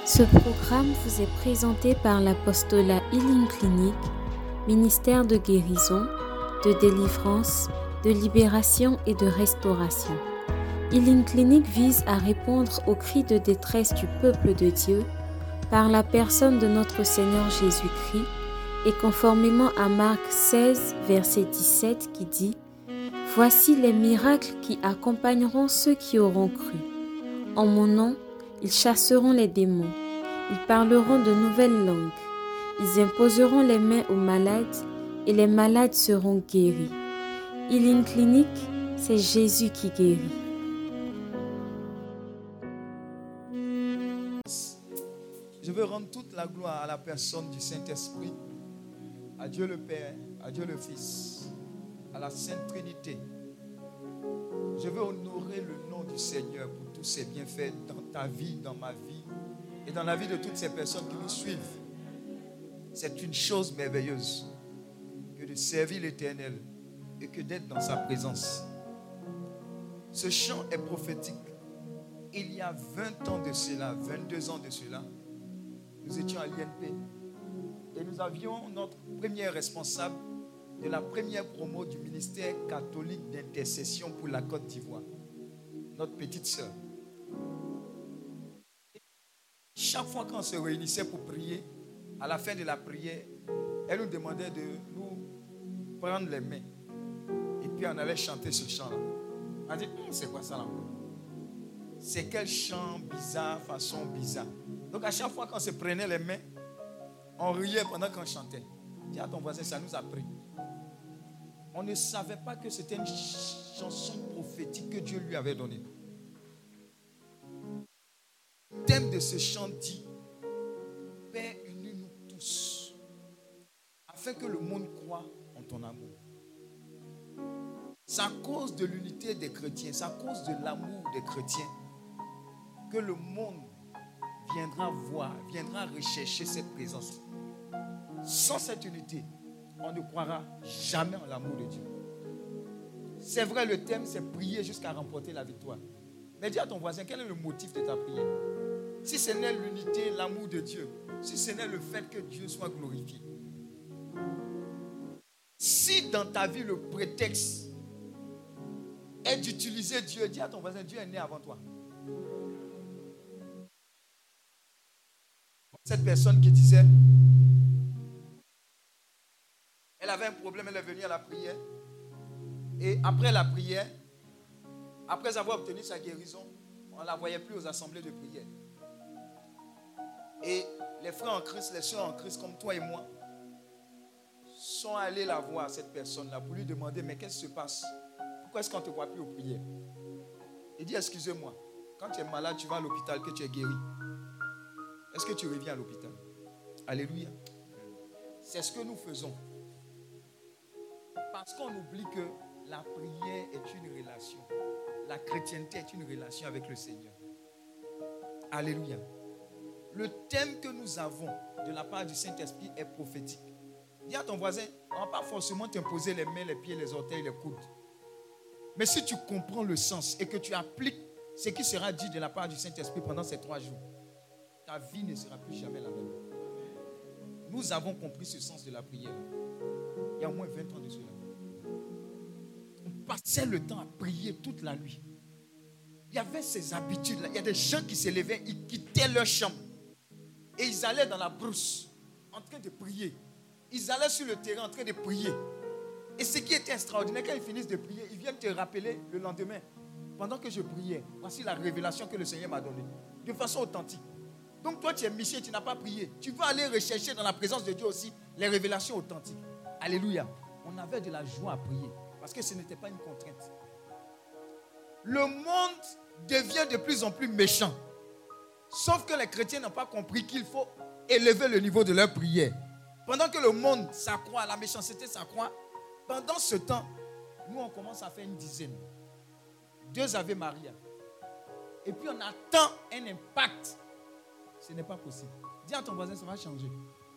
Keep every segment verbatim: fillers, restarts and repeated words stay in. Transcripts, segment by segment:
Ce programme vous est présenté par l'apostolat Healing Clinic, ministère de guérison, de délivrance, de libération et de restauration. Healing Clinic vise à répondre aux cris de détresse du peuple de Dieu par la personne de notre Seigneur Jésus-Christ et conformément à Marc seize, verset dix-sept qui dit « Voici les miracles qui accompagneront ceux qui auront cru. En mon nom, ils chasseront les démons, ils parleront de nouvelles langues, ils imposeront les mains aux malades et les malades seront guéris. » Healing Clinic, c'est Jésus qui guérit. Je veux rendre toute la gloire à la personne du Saint-Esprit, à Dieu le Père, à Dieu le Fils, à la Sainte Trinité. Je veux honorer le nom du Seigneur pour tous ses bienfaits dans ta vie, dans ma vie et dans la vie de toutes ces personnes qui nous suivent. C'est une chose merveilleuse que de servir l'Éternel et que d'être dans sa présence. Ce chant est prophétique. Il y a vingt ans de cela, vingt-deux ans de cela, nous étions à l'I N P et nous avions notre premier responsable de la première promo du ministère catholique d'intercession pour la Côte d'Ivoire, notre petite sœur. Chaque fois qu'on se réunissait pour prier, à la fin de la prière, elle nous demandait de nous prendre les mains et puis on allait chanter ce chant-là. On dit, hm, c'est quoi ça là? C'est quel chant bizarre, façon bizarre. Donc à chaque fois qu'on se prenait les mains, on riait pendant qu'on chantait. Dis à ton voisin, ça nous a pris. On ne savait pas que c'était une chanson prophétique que Dieu lui avait donnée. Le thème de ce chant dit, Père, unis-nous tous, afin que le monde croie en ton amour. C'est à cause de l'unité des chrétiens, c'est à cause de l'amour des chrétiens que le monde viendra voir, viendra rechercher cette présence. Sans cette unité, on ne croira jamais en l'amour de Dieu. C'est vrai, le thème, c'est prier jusqu'à remporter la victoire. Mais dis à ton voisin, quel est le motif de ta prière? Si ce n'est l'unité, l'amour de Dieu, si ce n'est le fait que Dieu soit glorifié. Si dans ta vie, le prétexte est d'utiliser Dieu, dis à ton voisin, Dieu est né avant toi. Cette personne qui disait, elle avait un problème, elle est venue à la prière. Et après la prière, après avoir obtenu sa guérison, on ne la voyait plus aux assemblées de prière. Et les frères en Christ, les soeurs en Christ, comme toi et moi, sont allés la voir, cette personne-là, pour lui demander, mais qu'est-ce qui se passe? Pourquoi est-ce qu'on ne te voit plus aux prières? Il dit, excusez-moi, quand tu es malade, tu vas à l'hôpital, que tu es guéri. Est-ce que tu reviens à l'hôpital? Alléluia. C'est ce que nous faisons. Parce qu'on oublie que la prière est une relation. La chrétienté est une relation avec le Seigneur. Alléluia. Le thème que nous avons de la part du Saint-Esprit est prophétique. Dis à ton voisin, on ne va pas forcément t'imposer les mains, les pieds, les orteils, les coudes. Mais si tu comprends le sens et que tu appliques ce qui sera dit de la part du Saint-Esprit pendant ces trois jours, ta vie ne sera plus jamais la même. Nous avons compris ce sens de la prière. Il y a au moins vingt ans de cela. On passait le temps à prier toute la nuit. Il y avait ces habitudes-là. Il y a des gens qui se levaient, ils quittaient leur chambre. Et ils allaient dans la brousse en train de prier. Ils allaient sur le terrain en train de prier. Et ce qui était extraordinaire, quand ils finissent de prier, ils viennent te rappeler le lendemain. Pendant que je priais, voici la révélation que le Seigneur m'a donnée. De façon authentique. Donc toi, tu es miché, tu n'as pas prié. Tu vas aller rechercher dans la présence de Dieu aussi les révélations authentiques. Alléluia. On avait de la joie à prier parce que ce n'était pas une contrainte. Le monde devient de plus en plus méchant. Sauf que les chrétiens n'ont pas compris qu'il faut élever le niveau de leur prière. Pendant que le monde s'accroît, la méchanceté s'accroît, pendant ce temps, nous on commence à faire une dizaine. Deux Ave Maria. Et puis on attend un impact. Ce n'est pas possible. Dis à ton voisin, ça va changer.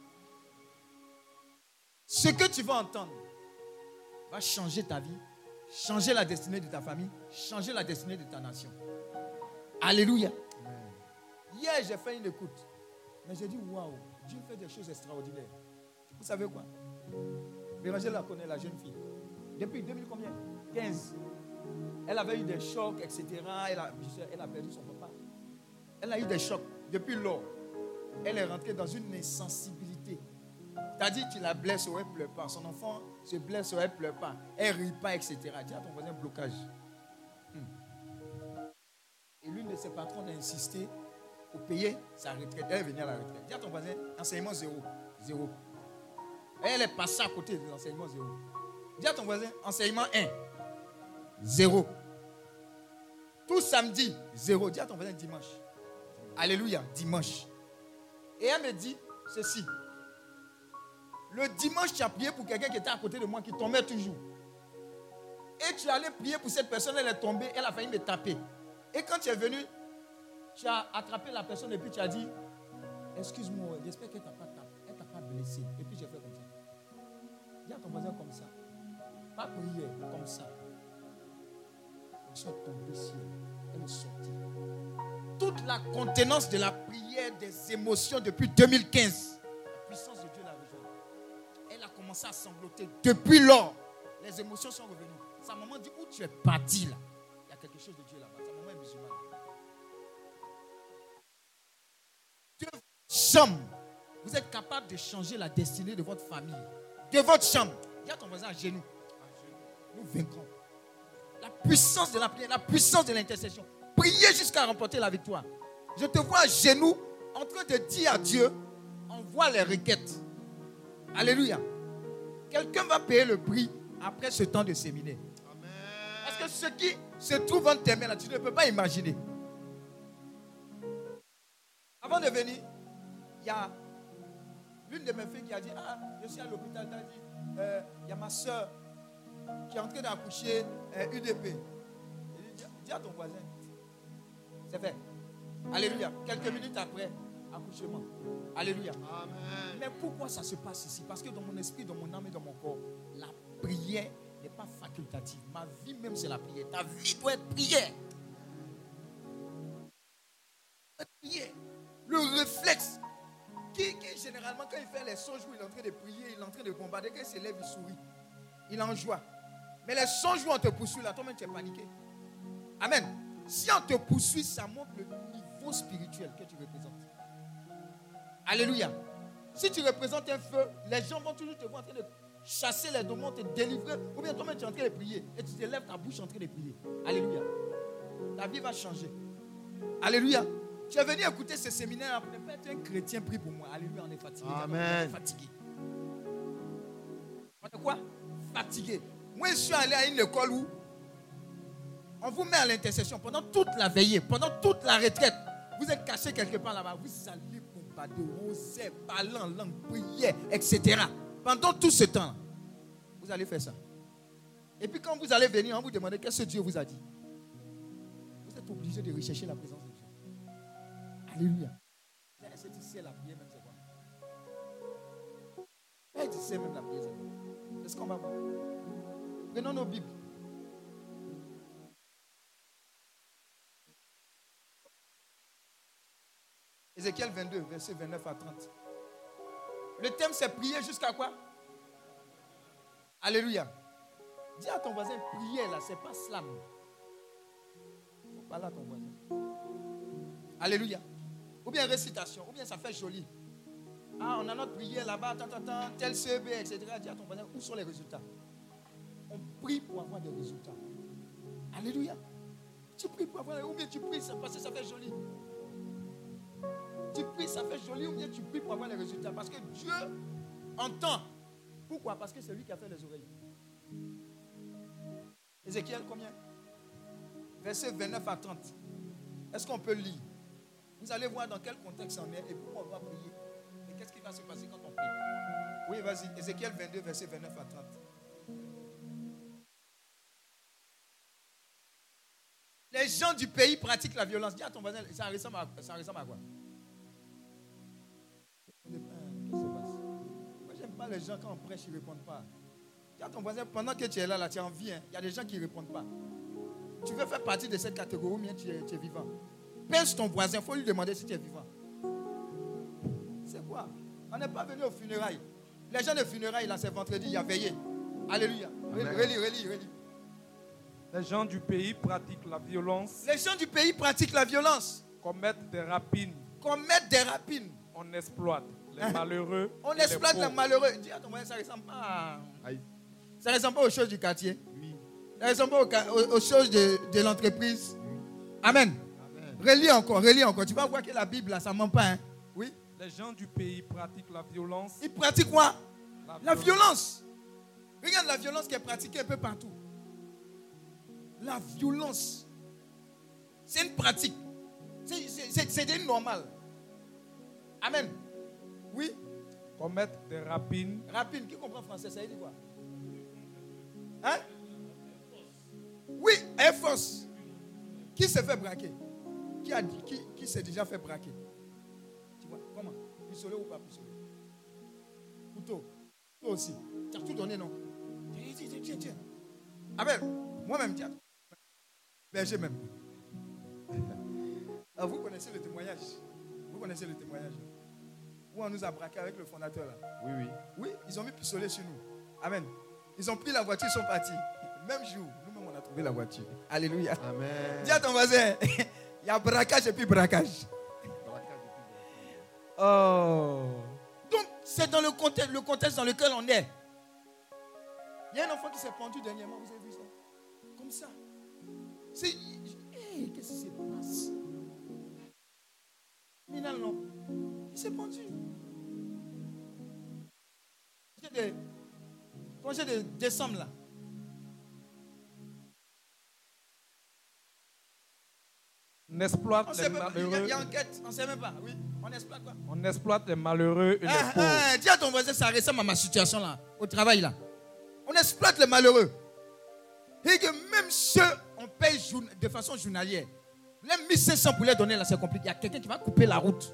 Ce que tu vas entendre va changer ta vie, changer la destinée de ta famille, changer la destinée de ta nation. Alléluia. Amen. Hier, j'ai fait une écoute. Mais j'ai dit, waouh, Dieu fait des choses extraordinaires. Vous savez quoi? Bérangère la connaît, la jeune fille. Depuis deux mille combien? quinze. Elle avait eu des chocs, et cetera. Elle a, elle a perdu son papa. Elle a eu des chocs. Depuis lors, elle est rentrée dans une insensibilité. C'est-à-dire, tu la blesses ou elle ne pleure pas. Son enfant se blesse ou elle ne pleure pas. Elle ne rit pas, et cetera. Dis à ton voisin blocage. Hmm. Et l'une de ses patrons a insisté pour payer sa retraite. Elle est venue à la retraite. Dis à ton voisin, enseignement zéro. Zéro. Elle est passée à côté de l'enseignement zéro. Dis à ton voisin, enseignement un. Zéro. Tout samedi, zéro. Dis à ton voisin dimanche. Alléluia, dimanche. Et elle me dit ceci. Le dimanche, tu as prié pour quelqu'un qui était à côté de moi, qui tombait toujours. Et tu allais prier pour cette personne, elle est tombée, elle a failli me taper. Et quand tu es venu, tu as attrapé la personne et puis tu as dit, excuse-moi, j'espère qu'elle ne t'a pas tapé, elle ne t'a pas blessé. Et puis j'ai fait comme ça. Dis à ton voisin comme ça. Pas prier, comme ça. Elle soit tombée sur elle. Elle est sortie. Toute la contenance de la prière, des émotions depuis deux mille quinze, la puissance de Dieu l'a rejoint. Elle a commencé à sangloter. Depuis lors, les émotions sont revenues. Sa maman dit, où tu es parti là? Il y a quelque chose de Dieu là-bas. Sa maman est musulmane. De votre chambre, vous êtes capable de changer la destinée de votre famille. De votre chambre. Dis à ton voisin à genoux. Nous vaincrons. La puissance de la prière, la puissance de l'intercession. Priez jusqu'à remporter la victoire. Je te vois à genoux en train de dire à Dieu, envoie les requêtes. Alléluia. Quelqu'un va payer le prix après ce temps de séminaire. Amen. Parce que ce qui se trouve entre tes mains là, tu ne peux pas imaginer. Avant de venir, il y a l'une de mes filles qui a dit, ah, je suis à l'hôpital, elle a dit, euh, il y a ma soeur qui est en train d'accoucher euh, U D P. Il dit, dis à ton voisin. C'est fait. Alléluia. Quelques minutes après, accouchement. Alléluia. Amen. Mais pourquoi ça se passe ici? Parce que dans mon esprit, dans mon âme et dans mon corps, la prière n'est pas facultative. Ma vie même, c'est la prière. Ta vie doit être prière. Prière. Le réflexe. Qui, qui généralement, quand il fait les songes où il est en train de prier, il est en train de combattre, quand il se lève, il sourit. Il est en joie. Mais les songes où on te poursuit, là, toi-même, tu es paniqué. Amen. Si on te poursuit, ça montre le niveau spirituel que tu représentes. Alléluia. Si tu représentes un feu, les gens vont toujours te voir en train de chasser les démons, te délivrer. Ou bien toi-même, tu es en train de prier. Et tu te lèves ta bouche en train de prier. Alléluia. Ta vie va changer. Alléluia. Tu es venu écouter ce séminaire. Ne pas être un chrétien, prie pour moi. Alléluia, on est fatigué. Amen. On est fatigué. On est quoi? Fatigué. Moi, je suis allé à une école où on vous met à l'intercession pendant toute la veillée, pendant toute la retraite. Vous êtes caché quelque part là-bas. Vous allez combattre, oser, parler en langue, prier, et cetera. Pendant tout ce temps, vous allez faire ça. Et puis quand vous allez venir, on vous demande qu'est-ce que Dieu vous a dit. Vous êtes obligé de rechercher la présence de Dieu. Alléluia. Est-ce que tu sais la prière même c'est quoi? Est-ce que tu sais même la prière c'est quoi? C'est ce qu'on va voir. Prenons nos Bibles. Ézéchiel vingt-deux, versets vingt-neuf à trente. Le thème, c'est prier jusqu'à quoi? Alléluia. Dis à ton voisin, prier là, c'est pas slam. Il faut parler à ton voisin. Alléluia. Ou bien récitation, ou bien ça fait joli. Ah, on a notre prière là-bas, tant, tant, tant, tel C B, et cetera. Dis à ton voisin, où sont les résultats? On prie pour avoir des résultats. Alléluia. Tu pries pour avoir, ou bien tu pries parce que ça fait joli. Tu pries, ça fait joli, ou bien tu pries pour avoir les résultats. Parce que Dieu entend. Pourquoi? Parce que c'est lui qui a fait les oreilles. Ézéchiel, combien? Verset vingt-neuf à trente. Est-ce qu'on peut lire? Vous allez voir dans quel contexte on est et pourquoi on doit prier. Et qu'est-ce qui va se passer quand on prie? Oui, vas-y. Ézéchiel vingt-deux, verset vingt-neuf à trente. Les gens du pays pratiquent la violence. Dis à ton voisin, ça ressemble à, ça ressemble à quoi? Qu'est-ce qui se passe? Moi, j'aime pas les gens quand on prêche, ils ne répondent pas. Dis à ton voisin, pendant que tu es là, là tu es en vie, hein, il y a des gens qui ne répondent pas. Tu veux faire partie de cette catégorie ou bien tu es, tu es vivant? Pèse ton voisin, il faut lui demander si tu es vivant. On n'est pas venu aux funérailles. Les gens de funérailles, là, c'est vendredi, il y a veillé. Alléluia. Relis, relis, relis. Les gens du pays pratiquent la violence. Les gens du pays pratiquent la violence. Commettent des rapines. Commettent des rapines. On exploite les malheureux. On exploite les, les malheureux. Dis à ton voisin, ça ne ressemble pas. Ça ne ressemble pas aux choses du quartier. Oui. Ça ne ressemble pas aux, aux choses de, de l'entreprise. Oui. Amen. Amen. Relis encore, relis encore. Tu vas voir que la Bible, là, ça ne ment pas. Hein? Oui. Les gens du pays pratiquent la violence. Ils pratiquent quoi? La, la violence. violence. Regarde la violence qui est pratiquée un peu partout. La violence. C'est une pratique. C'est normal. Amen. Oui. Commettre des rapines. Rapines. Qui comprend français? Ça veut dire quoi? Hein? Oui, Air Force. Qui s'est fait braquer? Qui a dit? Qui, qui s'est déjà fait braquer? Tu vois? Comment? Pistolet ou pas pistolet? Couteau. Toi aussi. Tu as tout donné, non? Tiens, tiens, tiens, tiens. Amen. Moi-même, tiens. Berger même. Alors, vous connaissez le témoignage? Vous connaissez le témoignage? Où on nous a braqué avec le fondateur là? Oui, oui. Oui, ils ont mis pistolet sur nous. Amen. Ils ont pris la voiture, ils sont partis. Même jour, nous-mêmes, on a trouvé la voiture. Alléluia. Amen. Dis à ton voisin, il y a braquage et puis braquage. Braquage et puis braquage. Oh. Donc, c'est dans le contexte, le contexte dans lequel on est. Il y a un enfant qui s'est pendu dernièrement, vous avez vu ça? Comme ça. C'est... Hey, qu'est-ce qui se passe? Final, non. Il s'est pendu. Congé de, congé de décembre, là. On exploite les malheureux. Il y a enquête, on ne sait même pas. Oui, on exploite quoi? On exploite les malheureux et les ah, pauvres. Ah, dis à ton voisin, ça ressemble à ma situation là, au travail là. On exploite les malheureux. Et que même ceux, on paye de façon journalière. Les mille cinq cents pour les donner là, c'est compliqué. Il y a quelqu'un qui va couper la route.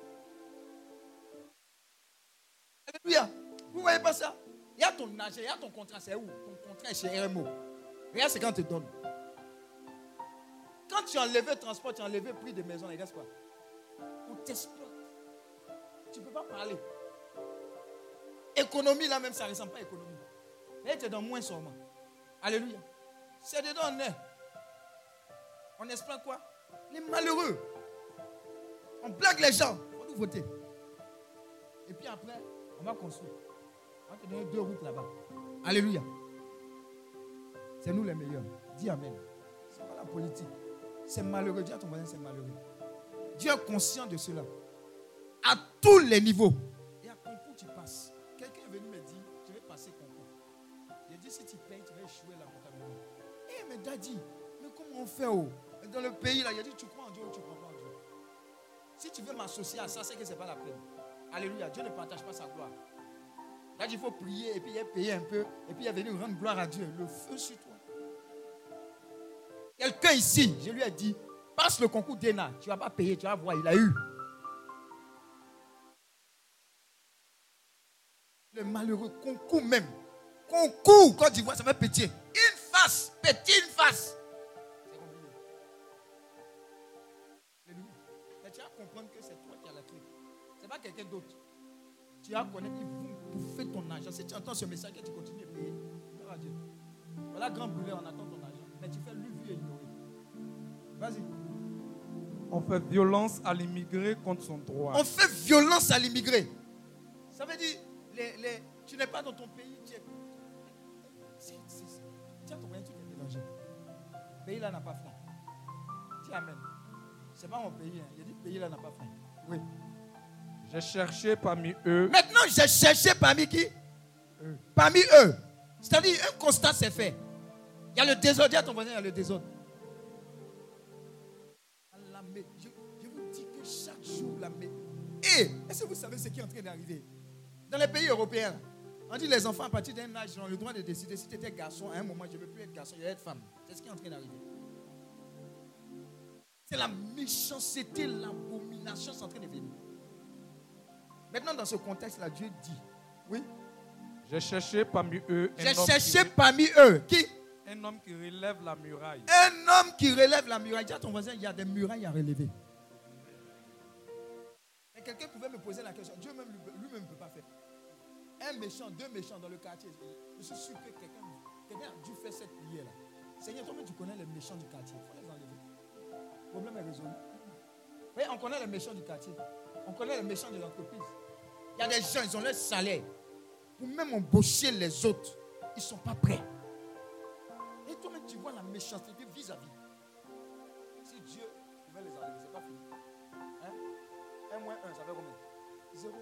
Alléluia. Vous ne voyez pas ça? Il y a ton âge, il y a ton contrat, c'est où? Ton contrat est chez R M O. Regarde ce qu'on te donne. Quand tu as enlevé le transport, tu as enlevé le prix de maison, il reste quoi? On t'exploite. Tu ne peux pas parler. Économie, là même, ça ne ressemble pas à économie. Là, tu es dans moins sûrement. Alléluia. C'est dedans on est. On exploite quoi? Les malheureux. On blague les gens. Il faut nous voter. Et puis après, on va construire. On va te donner deux routes là-bas. Alléluia. C'est nous les meilleurs. Dis amen. C'est pas la politique. C'est malheureux. Dis à ton voisin, c'est malheureux. Dieu est conscient de cela. À tous les niveaux. Et à concours, tu passes. Quelqu'un est venu me dire, je vais passer concours. J'ai dit, si tu payes, tu vas échouer lamentablement. Eh, mais daddy, mais comment on fait oh? Dans le pays là, il a dit, tu crois en Dieu ou tu ne crois pas en Dieu? Si tu veux m'associer à ça, c'est que ce n'est pas la peine. Alléluia. Dieu ne partage pas sa gloire. Là, il faut prier et puis il est payé un peu. Et puis il est venu rendre gloire à Dieu. Le feu sur toi. Quelqu'un ici, je lui ai dit, passe le concours d'E N A. Tu ne vas pas payer, tu vas voir, il a eu. Le malheureux concours même. Concours, Côte d'Ivoire, ça fait pitié. Une face, petit une face. C'est compliqué. Alléluia. Mais tu vas comprendre que c'est toi qui as la clé. Ce n'est pas quelqu'un d'autre. Tu vas connaître, ils vont bouffer ton argent. Si tu entends ce message, que tu continues de payer. Gloire à Dieu. Voilà, grand brûlé, on attend ton argent. Mais tu fais lui, vu et ignorer. Vas-y. On fait violence à l'immigré contre son droit. On fait violence à l'immigré. Ça veut dire, les, les, tu n'es pas dans ton pays. Tu es... C'est, c'est, c'est. Tiens, ton moyen, tu t'es mélangé. Le pays là n'a pas faim. Dis amen. C'est pas mon pays. Hein. Il a dit, le pays là n'a pas faim. Oui. J'ai cherché parmi eux. Maintenant, j'ai cherché parmi qui? Eux. Parmi eux. C'est-à-dire, un constat s'est fait. Il y a le désordre. Dis à ton voisin, il y a le désordre. Je, je vous dis que chaque jour, la mais. Et est-ce que vous savez ce qui est en train d'arriver? Dans les pays européens, on dit les enfants à partir d'un âge ont le droit de décider. Si tu étais garçon, à un moment, je ne veux plus être garçon, je vais être femme. C'est ce qui est en train d'arriver. C'est la méchanceté, l'abomination qui est en train de venir. Maintenant, dans ce contexte-là, Dieu dit, oui. J'ai cherché parmi eux. J'ai cherché qui... parmi eux. Qui? Un homme qui relève la muraille. Un homme qui relève la muraille. Dis à ton voisin, il y a des murailles à relever. Et quelqu'un pouvait me poser la question. Dieu même lui-même toi-même ne peux pas faire. Un méchant, deux méchants dans le quartier. Je suis sûr que quelqu'un, quelqu'un a dû faire cette prière-là. Seigneur, toi-même tu connais les méchants du quartier. Il faut les enlever. Le problème est résolu. Vous voyez, on connaît les méchants du quartier. On connaît les méchants de l'entreprise. Il y a des gens, ils ont leur salaire. Pour même embaucher les autres, ils ne sont pas prêts. Et toi-même, tu vois la méchanceté vis-à-vis. Si Dieu pouvait les enlever, ce n'est pas fini. Hein? Un moins un, ça fait combien? Zéro.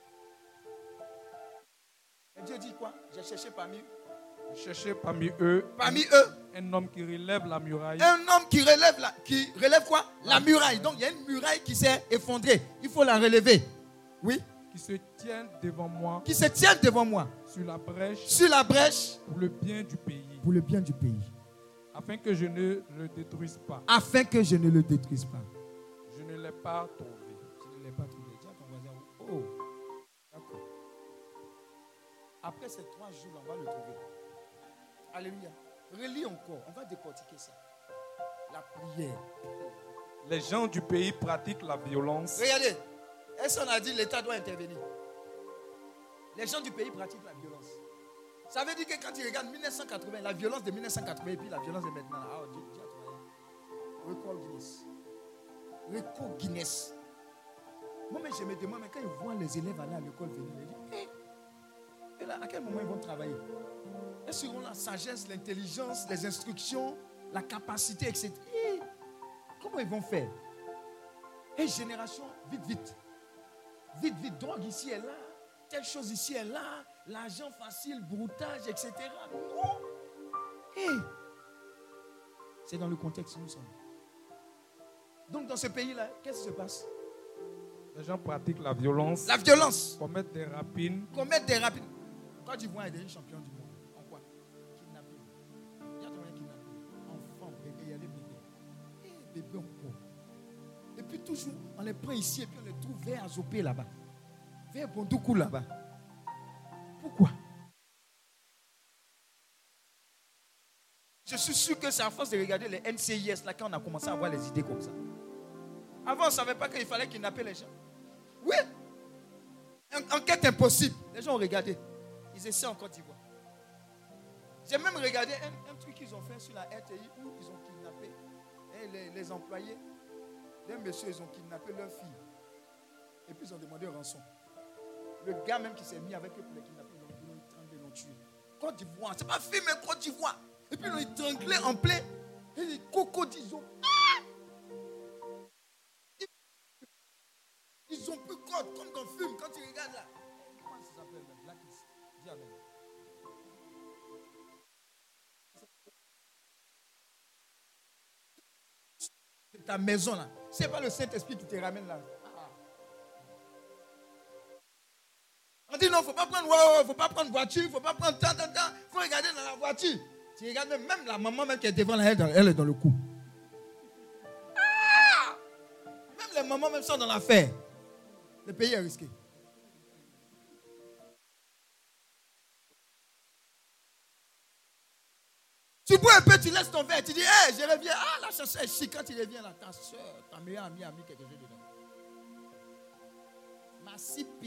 Et Dieu dit quoi? J'ai cherché parmi eux. J'ai cherché parmi eux. Parmi eux. Un homme qui relève la muraille. Un homme qui relève la, qui relève quoi? La muraille. Donc il y a une muraille qui s'est effondrée. Il faut la relever. Oui. Qui se tient devant moi. Qui se tient devant moi. Sur la brèche. Sur la brèche. Pour le bien du pays. Pour le bien du pays. Afin que je ne le détruise pas. Afin que je ne le détruise pas. Je ne l'ai pas trouvé. Je ne l'ai pas trouvé. Dis à ton voisin. Oh. D'accord. Après ces trois jours, on va le trouver. Alléluia. Relis encore. On va décortiquer ça. La prière. Les gens du pays pratiquent la violence. Regardez. Est-ce qu'on a dit l'État doit intervenir? Les gens du pays pratiquent la violence. Ça veut dire que quand tu regardes mille neuf cent quatre-vingts, la violence de mille neuf cent quatre-vingts et puis la violence de maintenant. Ah, Dieu, Dieu a trouvé. Record Guinness. Record Guinness. Moi-même, je me demande, mais quand ils voient les élèves aller à l'école venir, ils disent, hey, et là, à quel moment ils vont travailler? Est-ce qu'ils ont la sagesse, l'intelligence, les instructions, la capacité, et cetera. Hey, comment ils vont faire? Et génération, vite, vite. Vite, vite, drogue ici et là, telle chose ici et là, l'argent facile, broutage, et cetera. Non. Hey. C'est dans le contexte où nous sommes. Donc dans ce pays-là, qu'est-ce qui se passe? Les gens pratiquent la violence. La violence. Commettent des rapines. Commettent des rapines. Côte d'Ivoire est devenu champion du monde. En quoi? Kidnapping. Il y a trouvé un kidnapping. Enfants, bébés, il y a des bébés. Et bébés encore. Et puis toujours, on les prend ici et puis on les trouve vers Azopé là-bas. Vers Bondoukou là-bas. Pourquoi? Je suis sûr que c'est à force de regarder les N C I S là quand on a commencé à avoir les idées comme ça. Avant, on ne savait pas qu'il fallait kidnapper les gens. Oui. Enquête impossible. Les gens ont regardé. Ils essaient en Côte d'Ivoire. J'ai même regardé un, un truc qu'ils ont fait sur la R T I où ils ont kidnappé et les, les employés d'un monsieur, ils ont kidnappé leur fille. Et puis ils ont demandé rançon. Le gars même qui s'est mis avec eux pour les kidnapper, ils l'ont étranglé, ils l'ont tué. Côte d'Ivoire, c'est pas film, mais Côte d'Ivoire. Et puis ils l'ont étranglé en plein. Et les cocos disent, ah! Ils ont pris code comme dans le film quand tu regardes là. Comment ça s'appelle même? Blacklist. Dis amen. C'est ta maison là. C'est pas le Saint-Esprit qui te ramène là. Ah. On dit non, il ne faut pas prendre il ne faut pas prendre voiture, il ne faut pas prendre tant, tant, tant. Il faut regarder dans la voiture. Tu regardes même, même la maman même qui est devant là, elle, elle est dans le coup. Ah! Même les mamans même sont dans l'affaire. Le pays est risqué. Tu bois un peu, tu laisses ton verre, tu dis, hé, hey, je reviens. Ah, la chanson est chic. Quand tu reviens là, ta soeur, ta meilleure amie a mis quelque chose dedans. Ma sipi.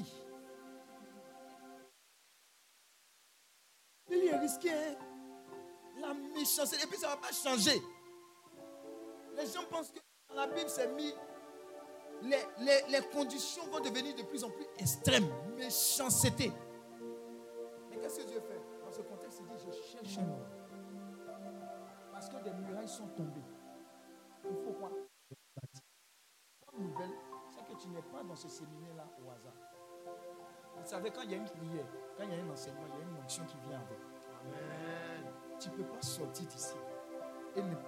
Le pays est risqué, hein? La méchanceté. Et puis ça ne va pas changer. Les gens pensent que dans la Bible, c'est mis. Les, les, les conditions vont devenir de plus en plus extrêmes. Méchanceté. Mais qu'est-ce que Dieu fait? Dans ce contexte, il dit, je cherche un homme. Parce que des murailles sont tombées. Il faut quoi? Bonne nouvelle, c'est que tu n'es pas dans ce séminaire-là au hasard. Vous savez, quand il y a une prière, quand il y a un enseignement, il y a une onction qui vient avec. Amen. Tu ne peux pas sortir d'ici. Et ne...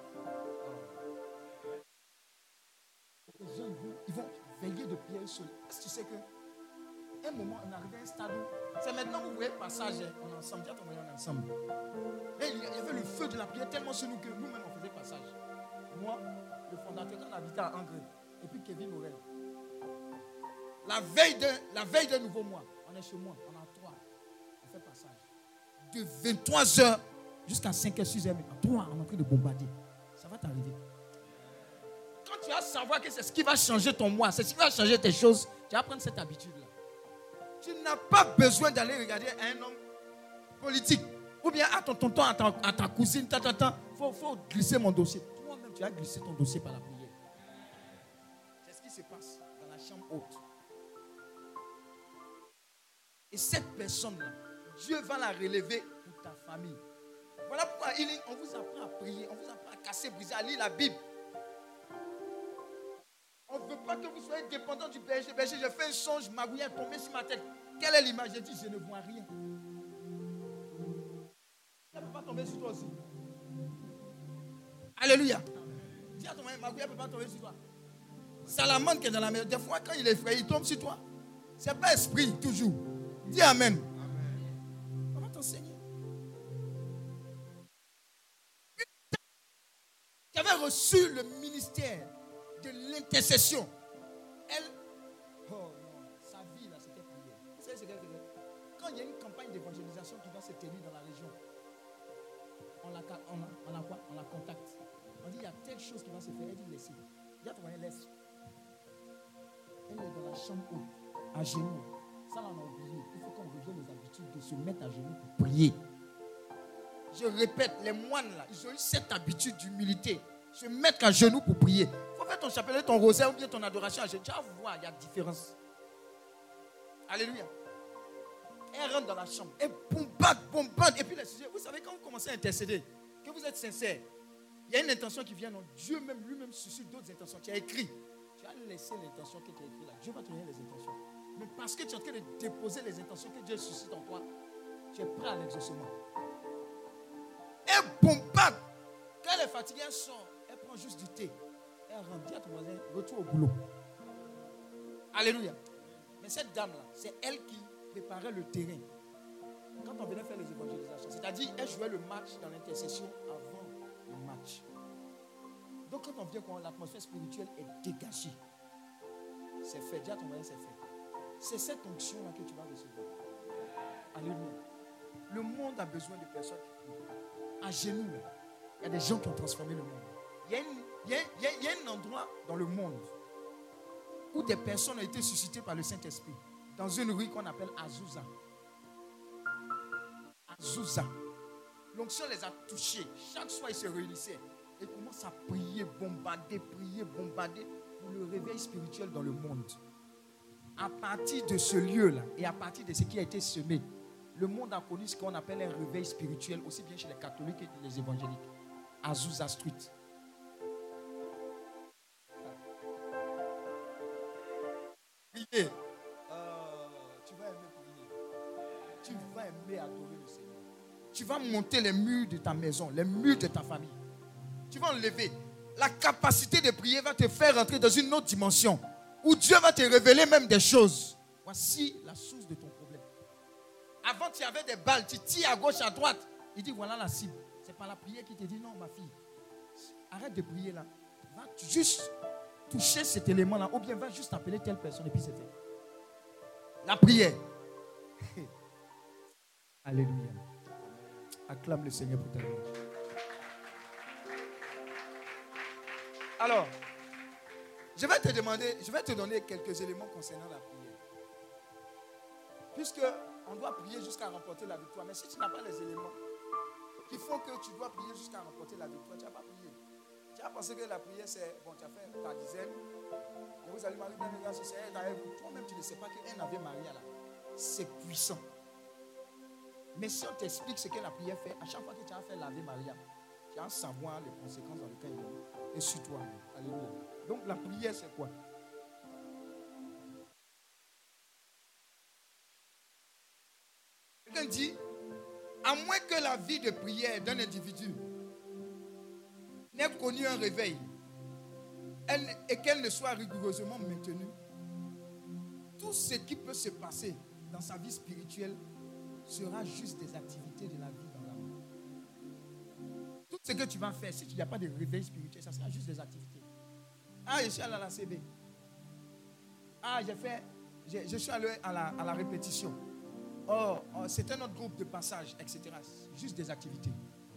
Les gens, ils vont, ils vont veiller de prière seul. Est-ce que tu sais que un moment, on arrive à un stade où c'est maintenant où vous voyez le passage, on est ensemble. Dis à ton moyen, on est ensemble. Et il y avait le feu de la prière tellement sur nous que nous-mêmes, on faisait passage. Moi, le fondateur, on habitait à Angers. Et puis Kevin Morel. La veille d'un la veille d'un nouveau mois, on est chez moi, on est à trois. On fait passage. De vingt-trois heures jusqu'à cinq heures, six heures, à trois, on est en train de bombarder. Ça va t'arriver. Quand tu vas savoir que c'est ce qui va changer ton mois, c'est ce qui va changer tes choses, tu vas prendre cette habitude-là. Tu Tu n'as pas besoin d'aller regarder un homme politique. Ou bien à ton tonton, à ta, à ta cousine, ta, ta, ta. Faut, faut glisser mon dossier. Toi-même, tu as glissé ton dossier par la prière. C'est ce qui se passe dans la chambre haute. Et cette personne-là, Dieu va la relever pour ta famille. Voilà pourquoi il est, on vous apprend à prier, on vous apprend à casser, briser, à lire la Bible. On ne veut pas que vous soyez dépendant du berger. Berger, j'ai fait un songe, Magouille est tombé sur ma tête. Quelle est l'image? J'ai dit, je ne vois rien. Elle ne peut pas tomber sur toi aussi. Alléluia. Dis à ton mari, Magouille ne peut pas tomber sur toi. Salamandre qui est dans la maison, des fois quand il est effrayé, il tombe sur toi. Ce n'est pas esprit, toujours. Dis Amen. Amen. On va t'enseigner. Qui avait reçu le ministère de l'intercession. Elle, oh non, sa vie là, c'était prière. Vous savez ce qu'elle faisait? Quand il y a une campagne d'évangélisation qui va se tenir dans la région, on la, on la, on la, quoi? On la contacte. On dit, il y a telle chose qui va se faire. Elle dit, laissez. Dis à ton mari, laisse. Elle est dans la chambre haute, à genoux. Ça, là, on a oublié. Il faut qu'on revienne aux habitudes de se mettre à genoux pour prier. Je répète, les moines là, ils ont eu cette habitude d'humilité. Se mettre à genoux pour prier. Il faut faire ton chapelet, ton rosaire ou bien ton adoration à genoux. Tu vas voir, il y a différence. Alléluia. Elle rentre dans la chambre. Elle bombarde, bombarde. Et puis les sujets, vous savez, quand vous commencez à intercéder, que vous êtes sincère, il y a une intention qui vient. Donc Dieu même lui-même suscite d'autres intentions. Tu as écrit. Tu as laissé l'intention que tu as écrite là. Dieu va te donner les intentions. Mais parce que tu es en train de déposer les intentions que Dieu suscite en toi, tu es prêt à l'exaucement. Elle bombarde. Quand elle est fatiguée, elle sort. Elle prend juste du thé. Elle rentre. Dis à ton voisin, retour au boulot. Alléluia. Mais cette dame-là, c'est elle qui préparait le terrain. Quand on venait faire les évangélisations, c'est-à-dire, elle jouait le match dans l'intercession avant le match. Donc, quand on vient, quand l'atmosphère spirituelle est dégagée, c'est fait. Dis à ton voisin, c'est fait. C'est cette onction-là que tu vas recevoir. Alléluia. Le monde a besoin de personnes qui prient. À genoux, là, il y a des gens qui ont transformé le monde. Il y a, une, il, y a, il, y a, il y a un endroit dans le monde où des personnes ont été suscitées par le Saint-Esprit. Dans une rue qu'on appelle Azusa. Azusa. L'onction les a touchés. Chaque soir, ils se réunissaient. Et commencent à prier, bombarder, prier, bombarder pour le réveil spirituel dans le monde. À partir de ce lieu-là et à partir de ce qui a été semé, le monde a connu ce qu'on appelle un réveil spirituel, aussi bien chez les catholiques que les évangéliques. Azusa Street. Prier. Euh, tu vas aimer prier. Tu vas aimer adorer le Seigneur. Tu vas monter les murs de ta maison, les murs de ta famille. Tu vas enlever. La capacité de prier va te faire rentrer dans une autre dimension où Dieu va te révéler même des choses. Voici la source de ton problème. Avant, tu avais des balles, tu tires à gauche, à droite. Il dit, voilà la cible. C'est pas la prière qui te dit, non, ma fille, arrête de prier là. Va juste toucher cet élément-là, ou bien va juste appeler telle personne et puis c'est fait. La prière. Alléluia. Acclame le Seigneur pour ta louange. Alors, je vais te demander, je vais te donner quelques éléments concernant la prière. Puisque on doit prier jusqu'à remporter la victoire. Mais si tu n'as pas les éléments qui font que tu dois prier jusqu'à remporter la victoire, tu n'as pas prié. Tu as pensé que la prière, c'est, bon, tu as fait ta dizaine. Et vous allez Marie, bien grâce, c'est elle avec vous. Toi-même, tu ne sais pas qu'elle avait Maria là. C'est puissant. Mais si on t'explique ce que la prière fait, à chaque fois que tu as fait l'Ave Maria, tu as à savoir les conséquences dans lesquelles il est. Et sur toi. Alléluia. Donc la prière, c'est quoi? Quelqu'un dit, à moins que la vie de prière d'un individu n'ait connu un réveil elle, et qu'elle ne soit rigoureusement maintenue, tout ce qui peut se passer dans sa vie spirituelle sera juste des activités de la vie dans l'âme. Tout ce que tu vas faire, si tu n'as pas de réveil spirituel, ça sera juste des activités. Ah, je suis allé à la C B. Ah, j'ai fait, j'ai, je suis allé à la, à la répétition. Oh, oh, c'est un autre groupe de passage, et cetera. Juste des activités.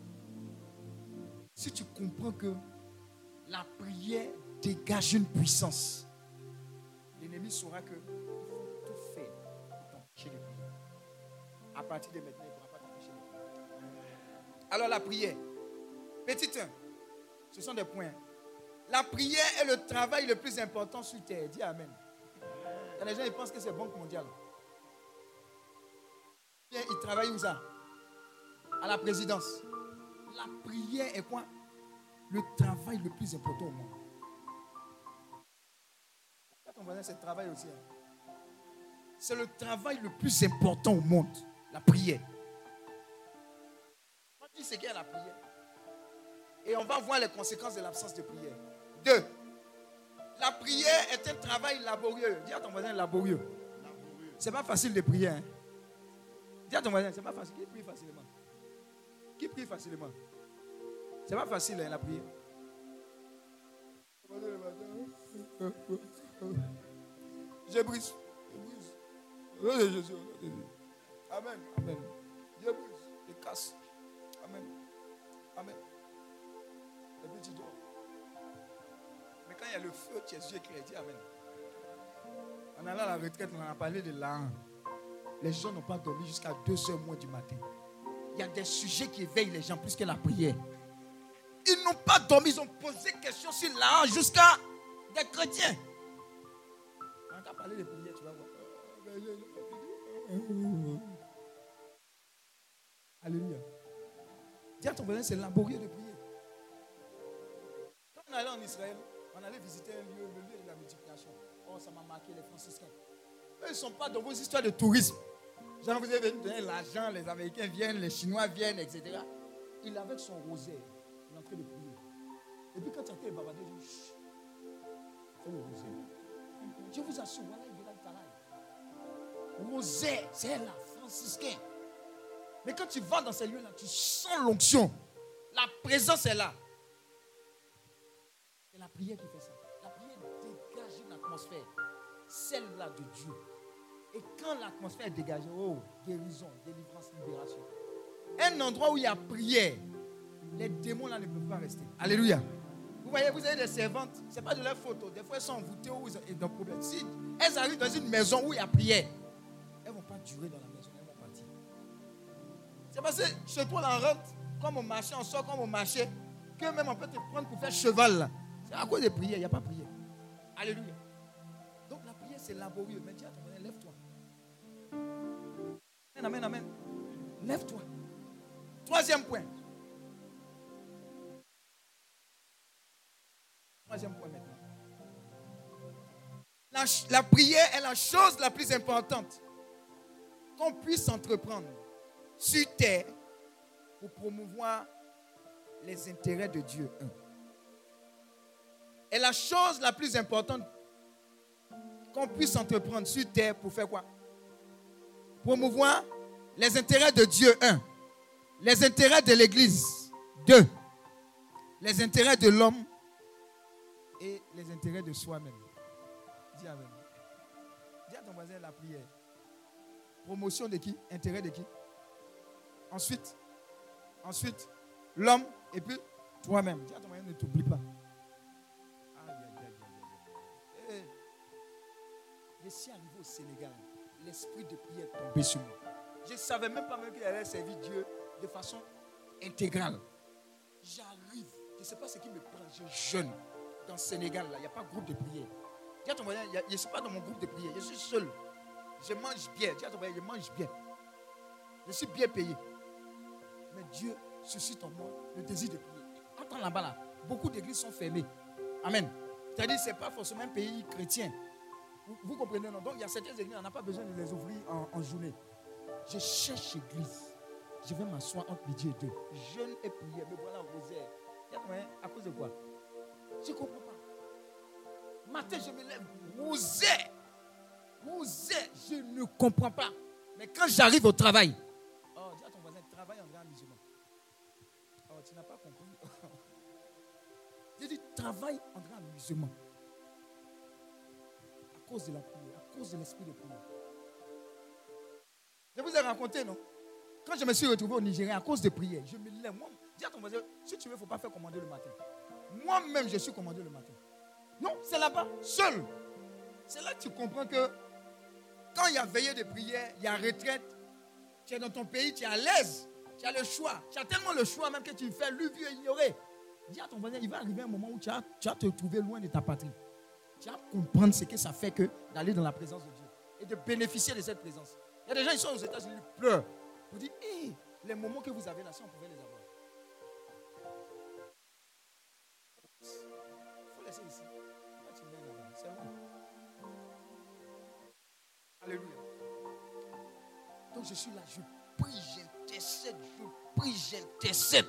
Si tu comprends que la prière dégage une puissance, l'ennemi saura que il faut tout faire pour t'empêcher À partir de maintenant, il ne pourra pas t'empêcher de prier. Alors la prière. Petit un. Ce sont des points. La prière est le travail le plus important sur terre. Dis amen. Il y a des gens qui pensent que c'est Banque mondiale. Bien, ils travaillent où ça? À la présidence. La prière est quoi? Le travail le plus important au monde. Ton voisin, c'est le travail aussi. Hein. C'est le travail le plus important au monde. La prière. On dit ce qu'est la prière. Et on va voir les conséquences de l'absence de prière. Deux. La prière est un travail laborieux. Dis à ton voisin laborieux. laborieux. C'est pas facile de prier. Hein. Dis à ton voisin, c'est pas facile. Qui prie facilement? Qui prie facilement? C'est pas facile hein, la prière. Je brise. Je brise. Amen. Amen. Je brise. Je casse. Amen. Amen. Et puis tu dors. Mais quand il y a le feu, tu es yeux clairs. Dis amen. En allant à la retraite, on a parlé de l'âme. Les gens n'ont pas dormi jusqu'à deux heures moins du matin. Il y a des sujets qui éveillent les gens plus que la prière. Ils n'ont pas dormi, ils ont posé question sur l'âme jusqu'à des chrétiens. Quand tu as parlé de prière, tu vas voir. Alléluia. Dis à ton voisin, c'est laborieux de prier. Quand on allait en Israël, on allait visiter un lieu, le lieu de la multiplication. Oh, ça m'a marqué les franciscains. Eux, ils ne sont pas dans vos histoires de tourisme. Genre, vous avez donné l'argent, les Américains viennent, les Chinois viennent, et cetera. Il avait son rosaire, il est en train de prier. Et puis quand tu as été babadé, il dit, chut, fais le rosaire. Je vous assure, voilà, il verra le travail. Rosaire, c'est la franciscain. Mais quand tu vas dans ces lieux-là, tu sens l'onction. La présence est là. C'est la prière qui fait ça. La prière dégage une atmosphère, celle-là de Dieu. Et quand l'atmosphère est dégagée, oh, guérison, délivrance, libération. Un endroit où il y a prière, les démons là ne peuvent pas rester. Alléluia. Vous voyez, vous avez des servantes, ce n'est pas de leur faute. Des fois, elles sont envoûtées ou ils ont des problèmes. Si elles arrivent dans une maison où il y a prière, elles ne vont pas durer dans la maison, elles vont partir. C'est parce que chez toi, on rentre comme au marché, on sort comme au marché, que même on peut te prendre pour faire cheval là. C'est à cause de prière, il n'y a pas de prière. Alléluia. Donc la prière, c'est laborieux. Mais dis à ton voisin, lève-toi. Amen, amen, amen. Lève-toi. Troisième point. Troisième point maintenant. La, la prière est la chose la plus importante qu'on puisse entreprendre sur terre pour promouvoir les intérêts de Dieu. Un. Et la chose la plus importante qu'on puisse entreprendre sur terre pour faire quoi? Promouvoir les intérêts de Dieu. Un. Les intérêts de l'Église. Deux. Les intérêts de l'homme et les intérêts de soi-même. Dis amen. Dis à ton voisin la prière. Promotion de qui? Intérêt de qui? Ensuite, ensuite, l'homme et puis toi-même. Dis à ton voisin, ne t'oublie pas. Aïe, aïe, aïe, aïe, aïe. Je suis arrivé au Sénégal. L'esprit de prière est tombé sur moi. Je ne savais même pas même qu'il allait servir Dieu de façon intégrale. J'arrive. Je ne sais pas ce qui me prend. Je jeûne. Dans le Sénégal, là, il n'y a pas de groupe de prière. Dis à ton voisin, je ne suis pas dans mon groupe de prière. Je suis seul. Je mange bien. Dis à ton voisin, je mange bien. Je suis bien payé. Mais Dieu suscite en moi le désir de prier. Attends là-bas, là, beaucoup d'églises sont fermées. Amen. C'est-à-dire que ce n'est pas forcément un pays chrétien. Vous, vous comprenez, non? Donc, il y a certaines églises, on n'a pas besoin de les ouvrir en, en journée. Je cherche l'église. Je vais m'asseoir entre midi et deux. Jeûne et prière. Me voilà au rosaire. À cause de quoi? Je ne comprends pas. Matin, je me lève. Rosaire. Rosaire. Je ne comprends pas. Mais quand j'arrive au travail. Oh, dis à ton voisin, travaille en grand musulman. Oh, tu n'as pas compris. J'ai dit, travaille en grand musulman. À cause de la prière. À cause de l'esprit de prière. Je vous ai raconté, non? Quand je me suis retrouvé au Nigeria à cause de prière, je me lève. Moi, dis à ton voisin, si tu veux, il ne faut pas faire commander le matin. Moi-même, je suis commandé le matin. Non, c'est là-bas, seul. C'est là que tu comprends que quand il y a veillée de prière, il y a retraite, Tu es dans ton pays, tu es à l'aise. Tu as le choix. Tu as tellement le choix même que tu fais lu, vu et ignoré. Dis à ton voisin, il va arriver un moment où tu vas, tu vas te trouver loin de ta patrie. Tu vas comprendre ce que ça fait que d'aller dans la présence de Dieu et de bénéficier de cette présence. Il y a des gens qui sont aux États-Unis, ils pleurent. Vous dites, hé, les moments que vous avez là, si on pouvait les avoir. Il faut laisser ici. Là, tu mets là-bas. C'est loin. Alléluia. Donc je suis là, je prie, j'intercède, je prie, j'intercède.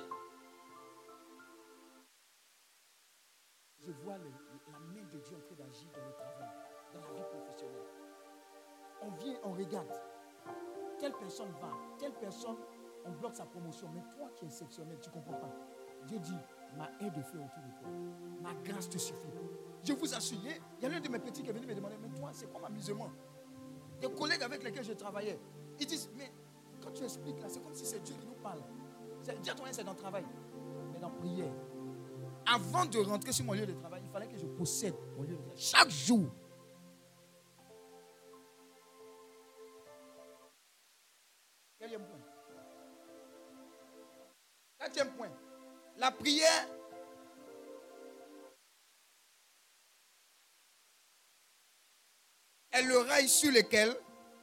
Je vois le, la main de Dieu en train d'agir dans le travail, dans la vie professionnelle. On vient, on regarde. Telle personne va, telle personne, on bloque sa promotion. Mais toi qui es exceptionnel, tu ne comprends pas. Dieu dit, ma aide est faite autour de toi. Ma grâce te suffit. Je vous assure, il y a l'un de mes petits qui est venu me demander, mais toi, c'est comme amusement. Des collègues avec lesquels je travaillais, ils disent, mais quand tu expliques là, c'est comme si c'est Dieu qui nous parle. Dis à toi, c'est dans le travail, mais dans la prière. Avant de rentrer sur mon lieu de travail, il fallait que je possède mon lieu de travail. Chaque jour. Quatrième point. Quatrième point. La prière est le rail sur lequel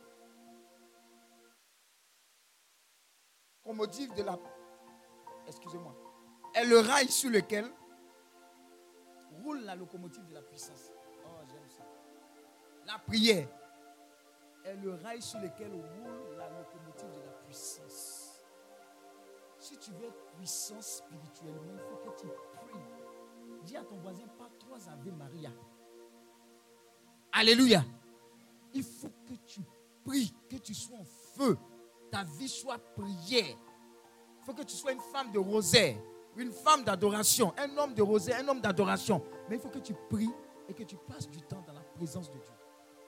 qu'on motive de la... Excusez-moi. Est le rail sur lequel roule la locomotive de la puissance. Oh, j'aime ça. La prière est le rail sur lequel roule la locomotive de la puissance. Si tu veux être puissant spirituellement, il faut que tu pries. Dis à ton voisin, pas trois Ave Maria. Alléluia. Il faut que tu pries, que tu sois en feu. Ta vie soit prière. Il faut que tu sois une femme de rosaire, une femme d'adoration, un homme de rosaire, un homme d'adoration. Mais il faut que tu pries et que tu passes du temps dans la présence de Dieu.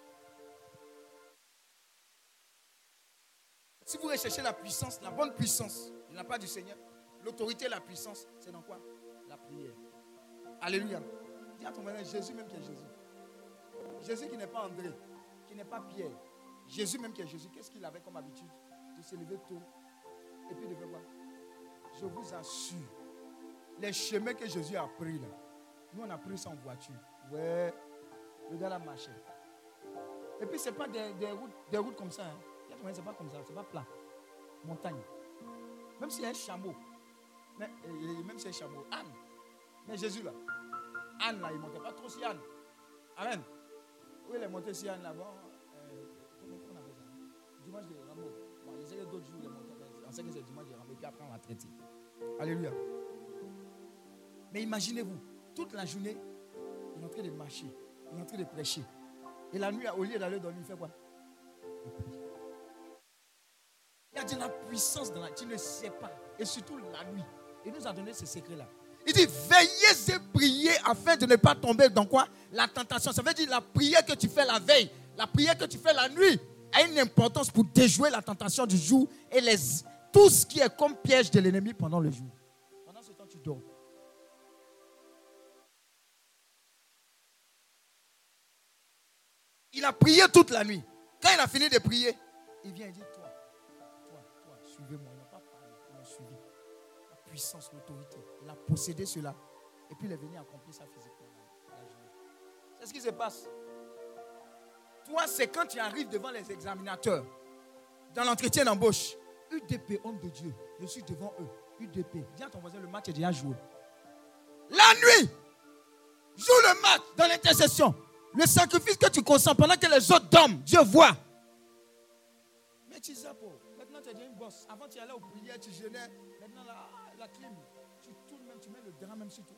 Si vous recherchez la puissance, la bonne puissance, il n'y a pas du Seigneur. L'autorité et la puissance, c'est dans quoi? La prière. Alléluia. Dis à ton voisin, Jésus même qui est Jésus. Jésus qui n'est pas André, qui n'est pas Pierre. Jésus même qui est Jésus, qu'est-ce qu'il avait comme habitude? De se lever tôt. Et puis de faire quoi? Je vous assure, les chemins que Jésus a pris là, nous on a pris ça en voiture. Ouais, le gars là marchait. Et puis c'est pas des, des, routes, des routes comme ça. Hein. C'est pas comme ça, c'est pas plat. Montagne. Même s'il y a un chameau, mais, même s'il y a un chameau, Anne. Mais Jésus là, Anne là, il ne montait pas trop si Anne. Amen. Oui, il est monté si Anne là-bas. Euh, comment on appelle ça? Dimanche de Rameau. Bon, il y a d'autres jours, il est monté. On sait que c'est dimanche de Rameau, et puis après on va traiter. Alléluia. Mais imaginez-vous, toute la journée, il est en train de marcher, il est en train de prêcher. Et la nuit, au lieu d'aller dormir, il fait quoi? Il prie. Il y a de la puissance dans la... Tu ne sais pas. Et surtout la nuit. Il nous a donné ce secret-là. Il dit, veillez et priez afin de ne pas tomber dans quoi? La tentation. Ça veut dire la prière que tu fais la veille, la prière que tu fais la nuit a une importance pour déjouer la tentation du jour et les, tout ce qui est comme piège de l'ennemi pendant le jour. Pendant ce temps, tu dors. Il a prié toute la nuit. Quand il a fini de prier, il vient et dit, toi, toi, toi, suivez-moi. Il n'a pas parlé, il m'a suivi. La puissance, l'autorité. Il a possédé cela. Et puis il est venu accomplir ça physiquement la journée. C'est ce qui se passe. Toi, c'est quand tu arrives devant les examinateurs, dans l'entretien d'embauche. U D P, homme de Dieu, je suis devant eux. U D P, dis à ton voisin, le match est déjà joué. La nuit, joue le match dans l'intercession. Le sacrifice que tu consens pendant que les autres dorment, Dieu voit. Mais tu sais pas, maintenant tu es déjà une bosse. Avant tu allais aux prières, tu jeûnais. Maintenant la, la clim, tu tournes même, tu mets le drap même sur toi.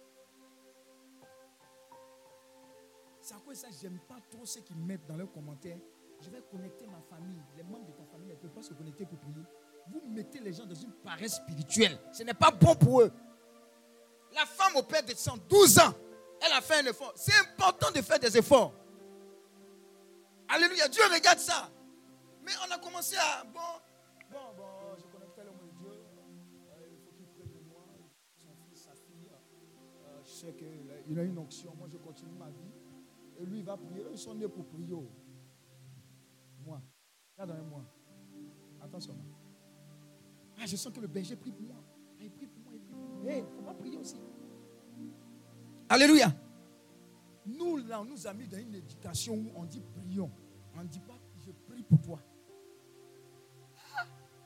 C'est à quoi ça, j'aime pas trop ceux qui mettent dans leurs commentaires. Je vais connecter ma famille. Les membres de ta famille ne peuvent pas se connecter pour prier. Vous mettez les gens dans une paresse spirituelle. Ce n'est pas bon pour eux. La femme au père de cent douze ans, elle a fait un effort. C'est important de faire des efforts. Alléluia. Dieu regarde ça. Mais on a commencé à... Bon, bon, bon, je connais tel homme de Dieu. Euh, il faut qu'il prie pour moi. Son fils, sa fille. Euh, je sais qu'il a une onction. Moi, je continue ma vie. Et lui, il va prier. Ils sont nés pour prier. Moi. Regardez-moi. Attends seulement. Ah, je sens que le berger prie pour moi. Ah, il prie pour moi, il prie pour moi. Hé, il ne faut pas prier aussi. Alléluia. Nous, là, on nous a mis dans une éducation où on dit prions. On ne dit pas je prie pour toi. Ah.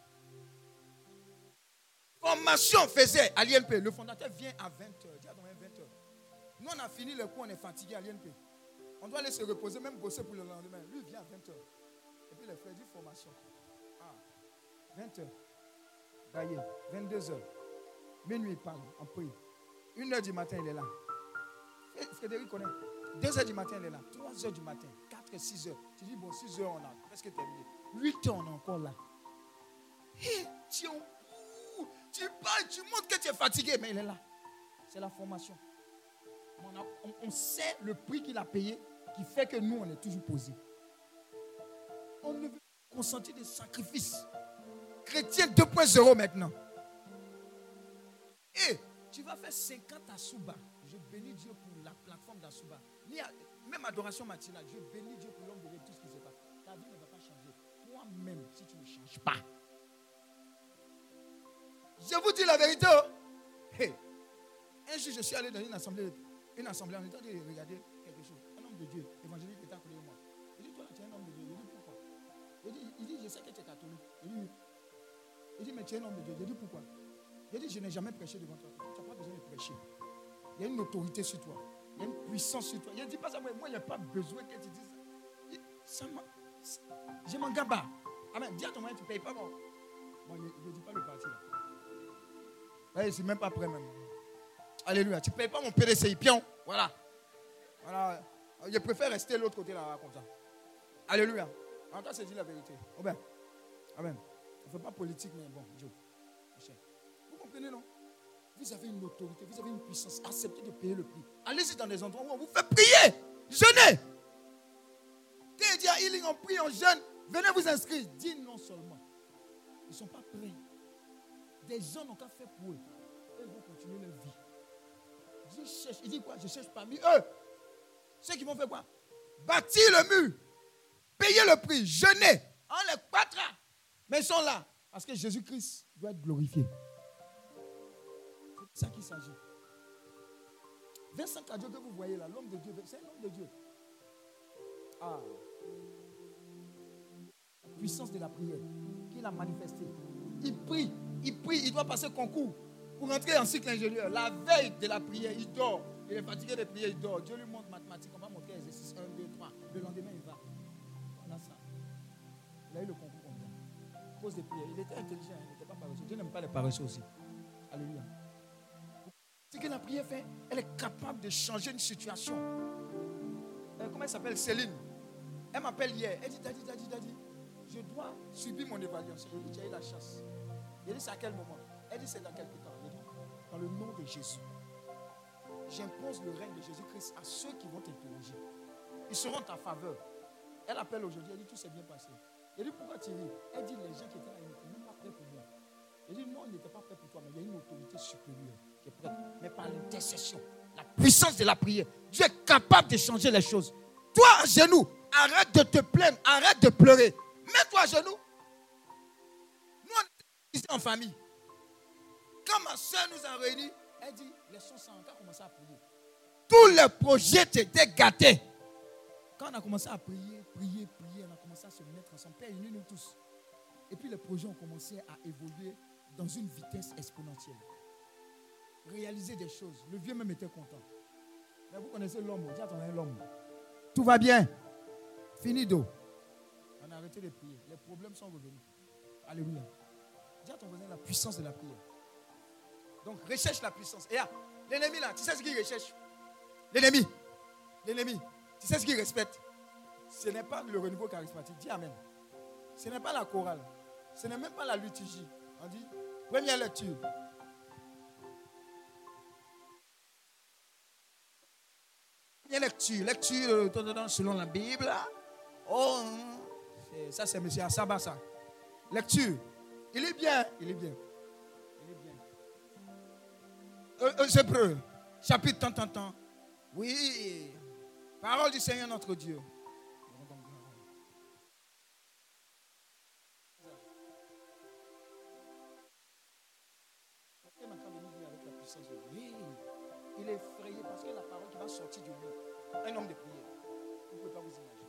Formation faisait à l'I N P. Le fondateur vient à vingt heures. Dis à ton vingt heures. Nous, on a fini le cours, on est fatigué à l'I N P. On doit aller se reposer, même bosser pour le lendemain. Lui, il vient à vingt heures. Et puis les frères disent formation. Ah, vingt heures. Gaillé, vingt-deux heures. Minuit, il parle, on prie. une heure du matin, il est là. Frédéric connaît. deux heures du matin, il est là. trois heures du matin. quatre, six heures. Tu dis, bon, six heures, on a presque terminé. huit heures, on est encore là. Hey, tu, tu parles, tu montres que tu es fatigué, mais il est là. C'est la formation. On, a, on, on sait le prix qu'il a payé qui fait que nous, on est toujours posés. On ne veut pas consentir des sacrifices. Chrétien deux point zéro maintenant. Et tu vas faire cinquante à Souba. Je bénis Dieu pour la plateforme d'Asuba. Même adoration matinale, je bénis Dieu pour l'homme de Dieu, tout ce qui se passe. Ta vie ne va pas changer. Toi-même, si tu ne changes pas. Je vous dis la vérité. Oh. Hey. Un jour, je suis allé dans une assemblée, une assemblée, en étant de regarder quelque chose. Un homme de Dieu, évangélique, était à côté de moi. Il dit, toi, tu es un homme de Dieu. Je dis, pourquoi? Il dit, il dit, je sais que tu es catholique. Il dit, oui. Il dit, mais tu es un homme de Dieu. Je dis, pourquoi? Il dit, je n'ai jamais prêché devant toi. Tu n'as pas besoin de prêcher. Il y a une autorité sur toi. Il y a une puissance sur toi. Il ne dit pas ça, moi, il n'y a pas besoin que tu dises ça. ça je m'en gabe. Amen. Dis à ton mari, tu ne payes pas bon. Bon, je ne dis pas le parti là. Ouais, je ne suis même pas prêt même. Alléluia. Tu ne payes pas mon P D C I. Pion. Voilà. Voilà. Je préfère rester de l'autre côté là, comme ça. Alléluia. En tout cas, c'est dit la vérité. Amen. Amen. On ne fait pas politique, mais bon, Dieu. Vous comprenez, non? Vous avez une autorité, vous avez une puissance. Acceptez de payer le prix. Allez-y dans des endroits où on vous fait prier. Jeûnez. Quand il dit à Healing, on prie, on jeûne. Venez vous inscrire. Dis non seulement. Ils ne sont pas prêts. Des gens n'ont qu'à faire pour eux. Ils vont continuer leur vie. Dieu cherche. Il dit quoi? Je cherche parmi eux. Ceux qui vont faire quoi? Bâtir le mur. Payer le prix. Jeûner. On les battra. Mais ils sont là. Parce que Jésus-Christ doit être glorifié. C'est ça qu'il s'agit. Vincent Cadio que vous voyez là, l'homme de Dieu, c'est un homme de Dieu. Ah. La puissance de la prière qu'il a manifestée. Il prie, il prie, il doit passer concours pour entrer en cycle ingénieur. La veille de la prière, il dort. Il est fatigué de prier, il dort. Dieu lui montre mathématiques, on va montrer exercice un, deux, trois. Le lendemain, il va. Voilà ça. Il a eu le concours comme ça. À cause des prières. Il était intelligent, il n'était pas paresseux. Dieu n'aime pas les paresseux aussi. Alléluia. Ce que la prière fait, elle est capable de changer une situation. Euh, comment elle s'appelle? Céline. Elle m'appelle hier. Elle dit, Daddy, Daddy, Daddy, je dois subir mon évaluation. Je dis, tu as eu la chance. Je dis, c'est à quel moment? Elle dit, c'est dans quelques temps. Je dis, dans le nom de Jésus, j'impose le règne de Jésus-Christ à ceux qui vont t'interroger. Ils seront en ta faveur. Elle appelle aujourd'hui, elle dit, tout s'est bien passé. Je dis, pourquoi tu ris? Elle dit, les gens qui étaient là, ils n'étaient même pas prêts pour moi. Je dis, non, ils n'étaient pas prêts pour toi, mais il y a une autorité supérieure qui est prête. Mais par l'intercession, la puissance de la prière, Dieu est capable de changer les choses. Toi, à genoux, arrête de te plaindre, arrête de pleurer. Mets-toi à genoux. Nous, on est ici en famille. Quand ma soeur nous a réunis, elle dit, laissons ça, on a commencé à prier. Tous les projets étaient gâtés. Quand on a commencé à prier, prier, prier, on a commencé à se mettre ensemble. Père, unis nous tous. Et puis les projets ont commencé à évoluer dans une vitesse exponentielle. Réaliser des choses. Le vieux même était content. Mais vous connaissez l'homme. Dis à ton mari l'homme. Tout va bien. Fini d'eau. On a arrêté de prier. Les problèmes sont revenus. Alléluia. Dis à ton voisin la puissance de la prière. Donc recherche la puissance. Et là, l'ennemi là, tu sais ce qu'il recherche? L'ennemi. L'ennemi. Tu sais ce qu'il respecte? Ce n'est pas le renouveau charismatique. Dis amen. Ce n'est pas la chorale. Ce n'est même pas la liturgie. On dit, première lecture. Première lecture. Lecture selon la Bible. Oh, ça c'est M. Assaba ça. Lecture. Il est bien. Il est bien. Il est bien. Euh, euh, Hébreux. Chapitre tant, tant, tant. Oui. Parole du Seigneur notre Dieu. Il est effrayé parce que la parole qui va sortir de lui, un homme de prière, vous ne pouvez pas vous imaginer.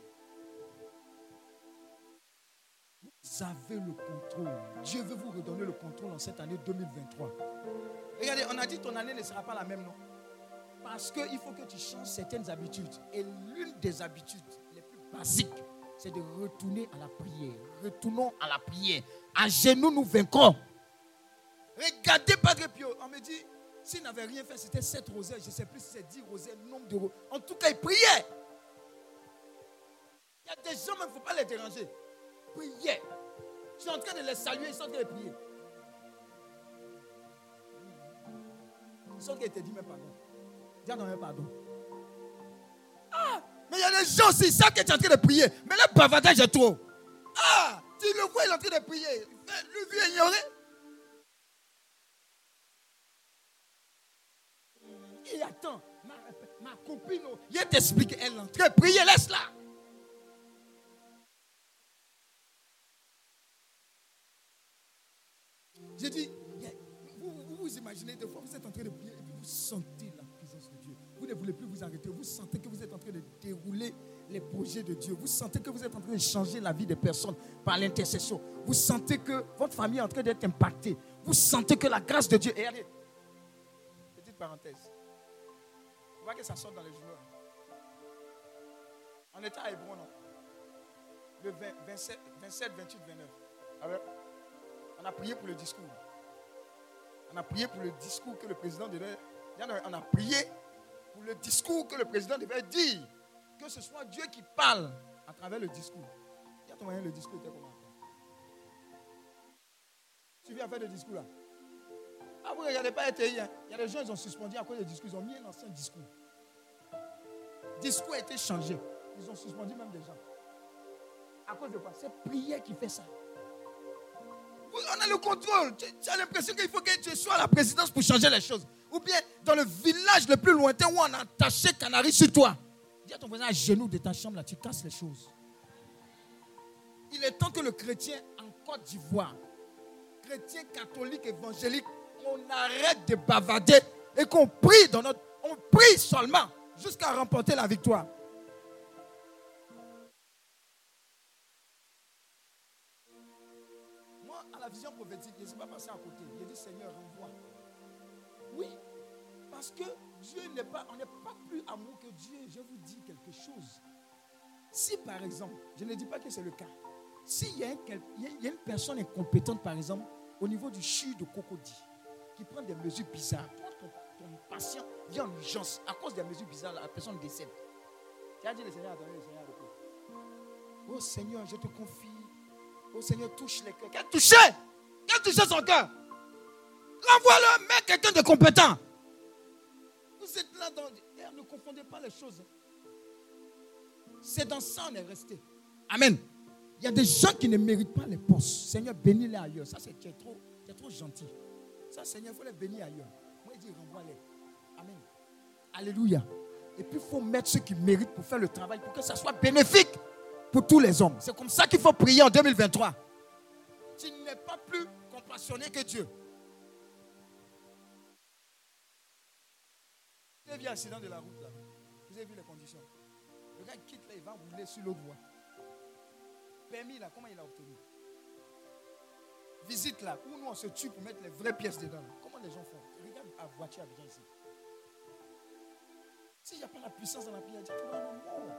Vous avez le contrôle. Dieu veut vous redonner le contrôle en cette année deux mille vingt-trois. Regardez, on a dit que ton année ne sera pas la même, non? Parce qu'il faut que tu changes certaines habitudes. Et l'une des habitudes les plus basiques, c'est de retourner à la prière. Retournons à la prière. À genoux, nous vaincrons. Regardez Padre Pio. On me dit, s'il n'avait rien fait, c'était sept rosaires. Je ne sais plus si c'est dix rosaires, nombre d'euros. En tout cas, il priait. Il y a des gens, mais il ne faut pas les déranger. Priez. Je suis en train de les saluer, ils sont en train de prier. Ils sont en train de te dire même pardon. Dis non, même pardon. Ah, mais il y a des gens aussi, ils savent que tu es en train de prier. Mais le bavardage est trop. Ah, tu le vois, il est en train de prier. Le vieux ignoré. Et attends, ma, ma copine, il t'explique, elle est en train de prier, laisse-la. J'ai dit, vous, vous vous imaginez, des fois vous êtes en train de prier et puis vous sentez la présence de Dieu. Vous ne voulez plus vous arrêter. Vous sentez que vous êtes en train de dérouler les projets de Dieu. Vous sentez que vous êtes en train de changer la vie des personnes par l'intercession. Vous sentez que votre famille est en train d'être impactée. Vous sentez que la grâce de Dieu... Et allez, petite parenthèse. Vous voyez que ça sort dans les journaux. On était à Hébron, non? Le vingt, vingt-sept, vingt-sept, vingt-huit, vingt-neuf. Ah ouais. On a prié pour le discours. On a prié pour le discours que le président devait... On a prié pour le discours que le président devait dire. Que ce soit Dieu qui parle à travers le discours. Il y a ton moyen, le discours était comment? Tu viens faire le discours là. Ah, vous ne regardez pas R T I. Hein? Il y a des gens qui ont suspendu à cause du discours. Ils ont mis un ancien discours. Le discours a été changé. Ils ont suspendu même des gens. À cause de quoi? C'est prière qui fait ça. On a le contrôle. Tu, tu as l'impression qu'il faut que tu sois à la présidence pour changer les choses. Ou bien dans le village le plus lointain où on a attaché canari sur toi. Dis à ton voisin à genoux de ta chambre là, tu casses les choses. Il est temps que le chrétien en Côte d'Ivoire, chrétien catholique évangélique, on arrête de bavarder et qu'on prie dans notre, on prie seulement jusqu'à remporter la victoire. Moi, à la vision prophétique, je ne suis pas passé à côté. J'ai dit, Seigneur, renvoie. Oui, parce que Dieu n'est pas, on n'est pas plus amour que Dieu. Je vous dis quelque chose. Si par exemple, je ne dis pas que c'est le cas, s'il y a, un, il y a une personne incompétente, par exemple, au niveau du CHU de Cocody, qui prend des mesures bizarres, ton, ton patient vient en urgence, à cause des mesures bizarres, la personne décède. Tu as dit, le Seigneur, attendez, le Seigneur, repos. Oh Seigneur, je te confie. Oh Seigneur, touche les cœurs. Quel touché? Quel touché son cœur? Renvoie-le, mets quelqu'un de compétent. Vous êtes là dans... Ne confondez pas les choses. C'est dans ça qu'on est resté. Amen. Il y a des gens qui ne méritent pas les postes. Seigneur, bénis-les ailleurs. Ça, c'est trop, c'est trop gentil. Ça, Seigneur, il faut les bénir ailleurs. Moi, il dit, renvoie-les. Amen. Alléluia. Et puis, il faut mettre ceux qui méritent pour faire le travail, pour que ça soit bénéfique pour tous les hommes. C'est comme ça qu'il faut prier en deux mille vingt-trois. Tu n'es pas plus compassionné que Dieu. Vous avez vu l'accident de la route là? Vous avez vu les conditions? Le gars quitte là, il va rouler sur l'autre voie. Permis là, comment il a obtenu? Visite là, où nous on se tue pour mettre les vraies pièces dedans. Comment les gens font? Regarde la voiture avec ici. S'il n'y a pas la puissance dans la prière, tu vas mort.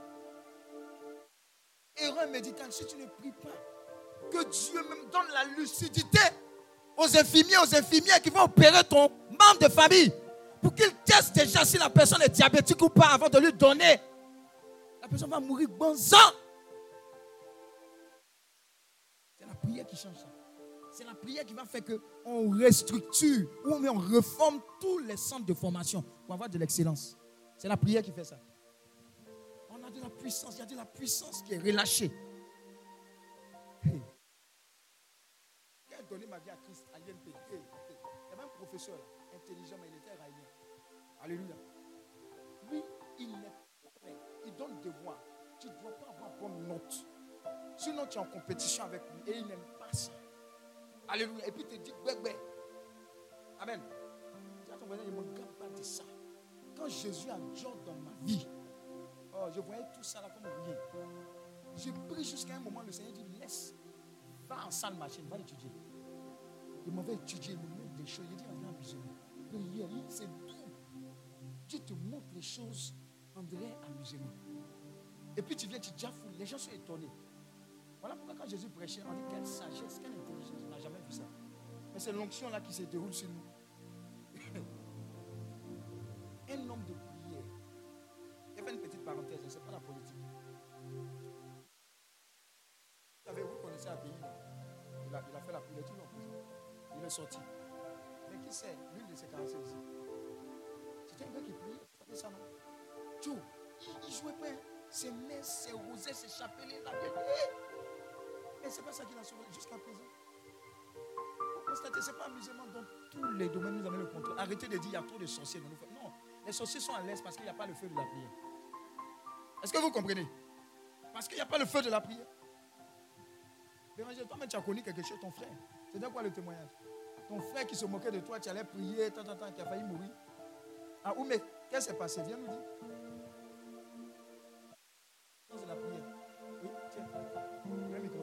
Erreur médicale, si tu ne pries pas, que Dieu même donne la lucidité aux infirmiers, aux infirmières qui vont opérer ton membre de famille. Pour qu'ils testent déjà si la personne est diabétique ou pas avant de lui donner. La personne va mourir bon sang. C'est la prière qui change ça. C'est la prière qui va faire qu'on restructure ou on reforme tous les centres de formation pour avoir de l'excellence. C'est la prière qui fait ça. On a de la puissance, il y a de la puissance qui est relâchée. Hey. J'ai donné ma vie à Christ à l'I N P. Hey. Hey. Il y avait un professeur là, intelligent, mais il était raillé. Alléluia. Lui, il n'est pas prêt. Il donne devoir. Tu ne dois pas avoir bonne note. Sinon, tu es en compétition avec lui. Et il n'aime pas ça. Alléluia. Et puis, tu te dis, ouais, ouais. Amen. Dis à ton voisin, il ne me garde pas de ça. Jésus a job dans ma vie, oh, je voyais tout ça là comme rien. J'ai pris jusqu'à un moment, le Seigneur dit, laisse, va en salle machine, va étudier. Il m'avait étudié, il me montre des choses. Il dit, on est amusement. Prière, c'est tout. Dieu te montre les choses, on dirait amusement. Et puis tu viens, tu déjà fou. Les gens sont étonnés. Voilà pourquoi quand Jésus prêchait, on dit quelle sagesse, quelle intelligence. On n'a jamais vu ça. Mais c'est l'onction là qui se déroule sur nous. Un homme de prière. Il y avait une petite parenthèse, ce n'est pas la politique. Vous connaissez Abéhi, il a, il a fait la prière, il est toujours en prison. Il est sorti. Mais qui sait, l'une de ses cancers ici. C'était un gars qui priait, il ça non. Tout. Il, il jouait pas. Ses mains, ses rosets, ses chapelets, la vie. Et c'est pas ça qu'il a sauvé jusqu'à présent. Vous constatez, ce n'est pas amusement dans tous les domaines, nous avons le contrôle. Arrêtez de dire qu'il y a trop de sorciers dans nos familles. Non, les sorciers sont à l'aise parce qu'il n'y a pas le feu de la prière. Est-ce que vous comprenez? Parce qu'il n'y a pas le feu de la prière. Béranger, toi-même, tu as connu quelque chose, ton frère. C'est de quoi le témoignage? Ton frère qui se moquait de toi, tu allais prier, tant, tant, tant, qui a failli mourir. Ah, où, mais qu'est-ce qui s'est passé? Viens nous dire. C'est la prière. Oui, tiens. Le micro.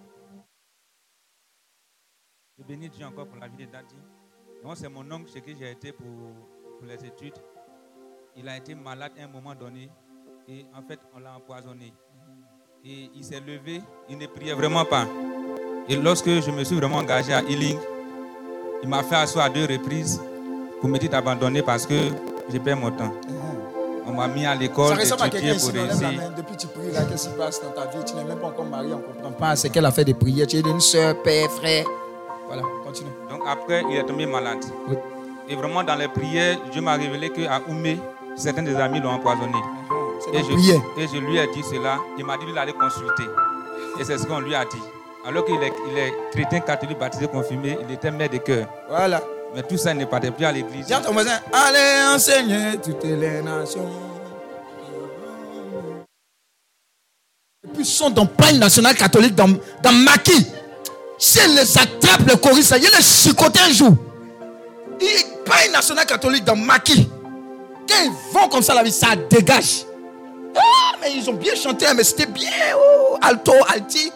Je bénis Dieu encore pour la vie de Daddy. Donc, c'est mon oncle chez qui j'ai été pour, pour les études. Il a été malade à un moment donné et en fait, on l'a empoisonné. Et il s'est levé, il ne priait vraiment pas. Et lorsque je me suis vraiment engagé à Healing, il m'a fait asseoir à deux reprises pour me dire d'abandonner parce que j'ai perdu mon temps. On m'a mis à l'école d'étudier pour réussir. Depuis que tu pries là, qu'est-ce qui se passe dans ta vie? Tu n'es même pas encore marié, on ne comprend pas. C'est qu'elle a fait des prières. Tu es une soeur, père, frère. Voilà, continue. Donc après, il est tombé malade. Oui. Et vraiment dans les prières, Dieu m'a révélé qu'à Oumé, certains des amis l'ont empoisonné. Et je, et je lui ai dit cela. Il m'a dit qu'il allait consulter. Et c'est ce qu'on lui a dit. Alors qu'il est, il est chrétien, catholique, baptisé, confirmé, il était maître de cœur. Voilà. Mais tout ça n'est pas plus à l'église. Dis à ton voisin, allez enseigner toutes les nations. Et puis ils sont dans paille nationale catholique, dans, dans maquis. Si elle les attrape, le choriste, il les chicoté un jour. Ils paille nationale catholique dans maquis. Quand ils vont comme ça, la vie, ça dégage. Ah, mais ils ont bien chanté, mais c'était bien. Oh, alto, alti.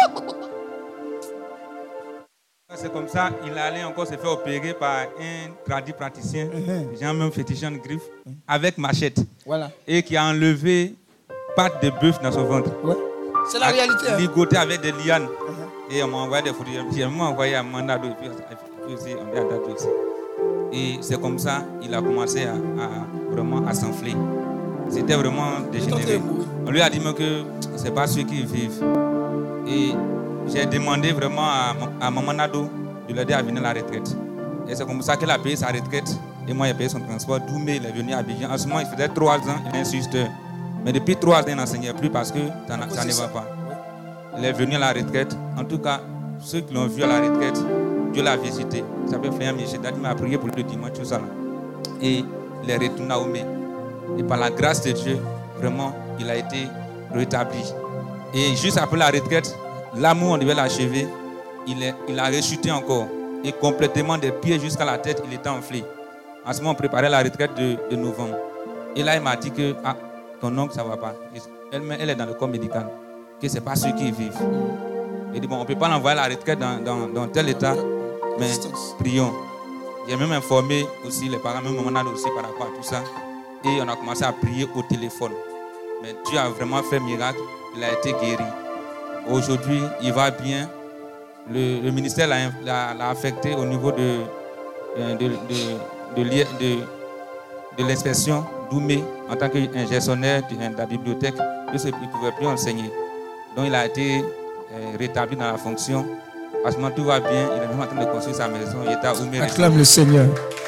C'est comme ça, il allait encore se faire opérer par un tradit praticien, uh-huh. J'ai même féticheur de griffe, uh-huh. Avec machette. Voilà. Et qui a enlevé pattes de bœuf dans son ventre. Ouais. C'est la réalité. Ligoté hein. Avec des lianes. Uh-huh. Et on m'a envoyé des photos. J'ai envoyé à Mandado et puis aussi on a Dado aussi. Et c'est comme ça il a commencé à, à vraiment à s'enfler. C'était vraiment dégénéré. On lui a dit que ce n'est pas ceux qui vivent. Et j'ai demandé vraiment à, à Maman Nado de l'aider à venir à la retraite. Et c'est comme ça qu'elle a payé sa retraite. Et moi, j'ai payé son transport. Doumé, il est venu à Abidjan. En ce moment, il faisait trois ans, il est instituteur. Mais depuis trois ans, il n'enseignait plus parce que ça, ça ne va pas. Il est venu à la retraite. En tout cas, ceux qui l'ont vu à la retraite, Dieu l'a visité. Il s'appelle Fléa Michel. Il m'a prié pour le dimanche, tout ça. Là. Et il est retourné à Oumé. Et par la grâce de Dieu, vraiment, il a été rétabli. Et juste après la retraite, l'amour, on devait l'achever. Il, est, il a rechuté encore. Et complètement des pieds jusqu'à la tête, il était enflé. En ce moment, on préparait la retraite de, de novembre. Et là, il m'a dit que ah, ton oncle, ça ne va pas. Elle, elle est dans le corps médical. Que ce n'est pas ceux qui vivent. Il dit bon, on ne peut pas l'envoyer à la retraite dans, dans, dans tel état. Mais prions. J'ai même informé aussi les parents, même maman aussi par rapport à tout ça. Et on a commencé à prier au téléphone. Mais Dieu a vraiment fait miracle. Il a été guéri. Aujourd'hui, il va bien. Le, le ministère l'a, l'a, l'a affecté au niveau de, de, de, de, de, de, de l'inspection d'Oumé en tant qu'ingénieur de la bibliothèque. Il ne pouvait plus enseigner. Donc il a été euh, rétabli dans la fonction. À ce moment, tout va bien. Il est même en train de construire sa maison. Il est à Oumé. Acclame le Seigneur.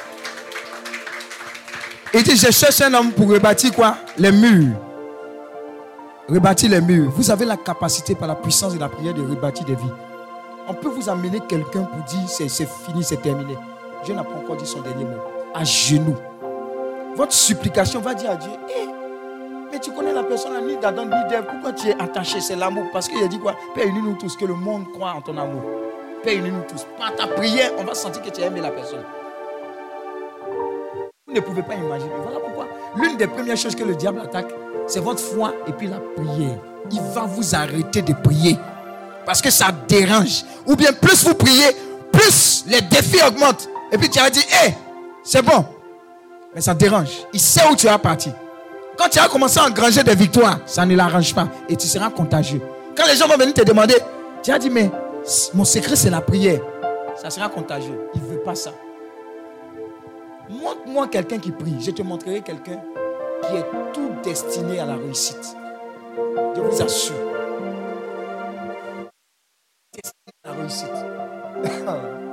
Il dit, je cherche un homme pour rebâtir quoi? Les murs. Rebâtir les murs. Vous avez la capacité par la puissance de la prière de rebâtir des vies. On peut vous amener quelqu'un pour dire c'est, c'est fini, c'est terminé. Dieu n'a pas encore dit son dernier mot. À genoux. Votre supplication va dire à Dieu, hey, mais tu connais la personne, ni d'Adam, ni d'Ève. Pourquoi tu es attaché? C'est l'amour. Parce qu'il a dit quoi? Père, unis-nous tous, que le monde croit en ton amour. Père, unis-nous tous. Par ta prière, on va sentir que tu as aimé la personne. Vous ne pouvez pas imaginer. Voilà pourquoi l'une des premières choses que le diable attaque, c'est votre foi et puis la prière. Il va vous arrêter de prier parce que ça dérange. Ou bien plus vous priez, plus les défis augmentent. Et puis tu as dit, hé, hey, c'est bon. Mais ça dérange. Il sait où tu vas partir. Quand tu as commencé à engranger des victoires, ça ne l'arrange pas. Et tu seras contagieux. Quand les gens vont venir te demander, tu as dit, mais mon secret c'est la prière. Ça sera contagieux. Il ne veut pas ça. Montre-moi quelqu'un qui prie. Je te montrerai quelqu'un qui est tout destiné à la réussite. Je vous assure. Destiné à la réussite.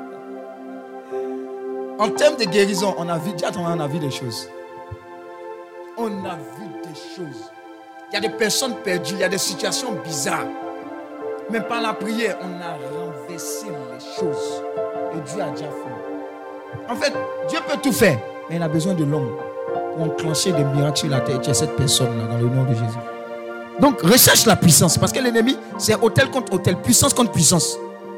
En termes de guérison, on a vu, on a vu des choses. On a vu des choses. Il y a des personnes perdues, il y a des situations bizarres. Mais par la prière, on a renversé les choses. Et Dieu a déjà fait. En fait, Dieu peut tout faire, mais il a besoin de l'homme pour enclencher des miracles sur la terre. Tu es cette personne-là dans le nom de Jésus. Donc, recherche la puissance. Parce que l'ennemi, c'est hôtel contre hôtel, puissance contre puissance.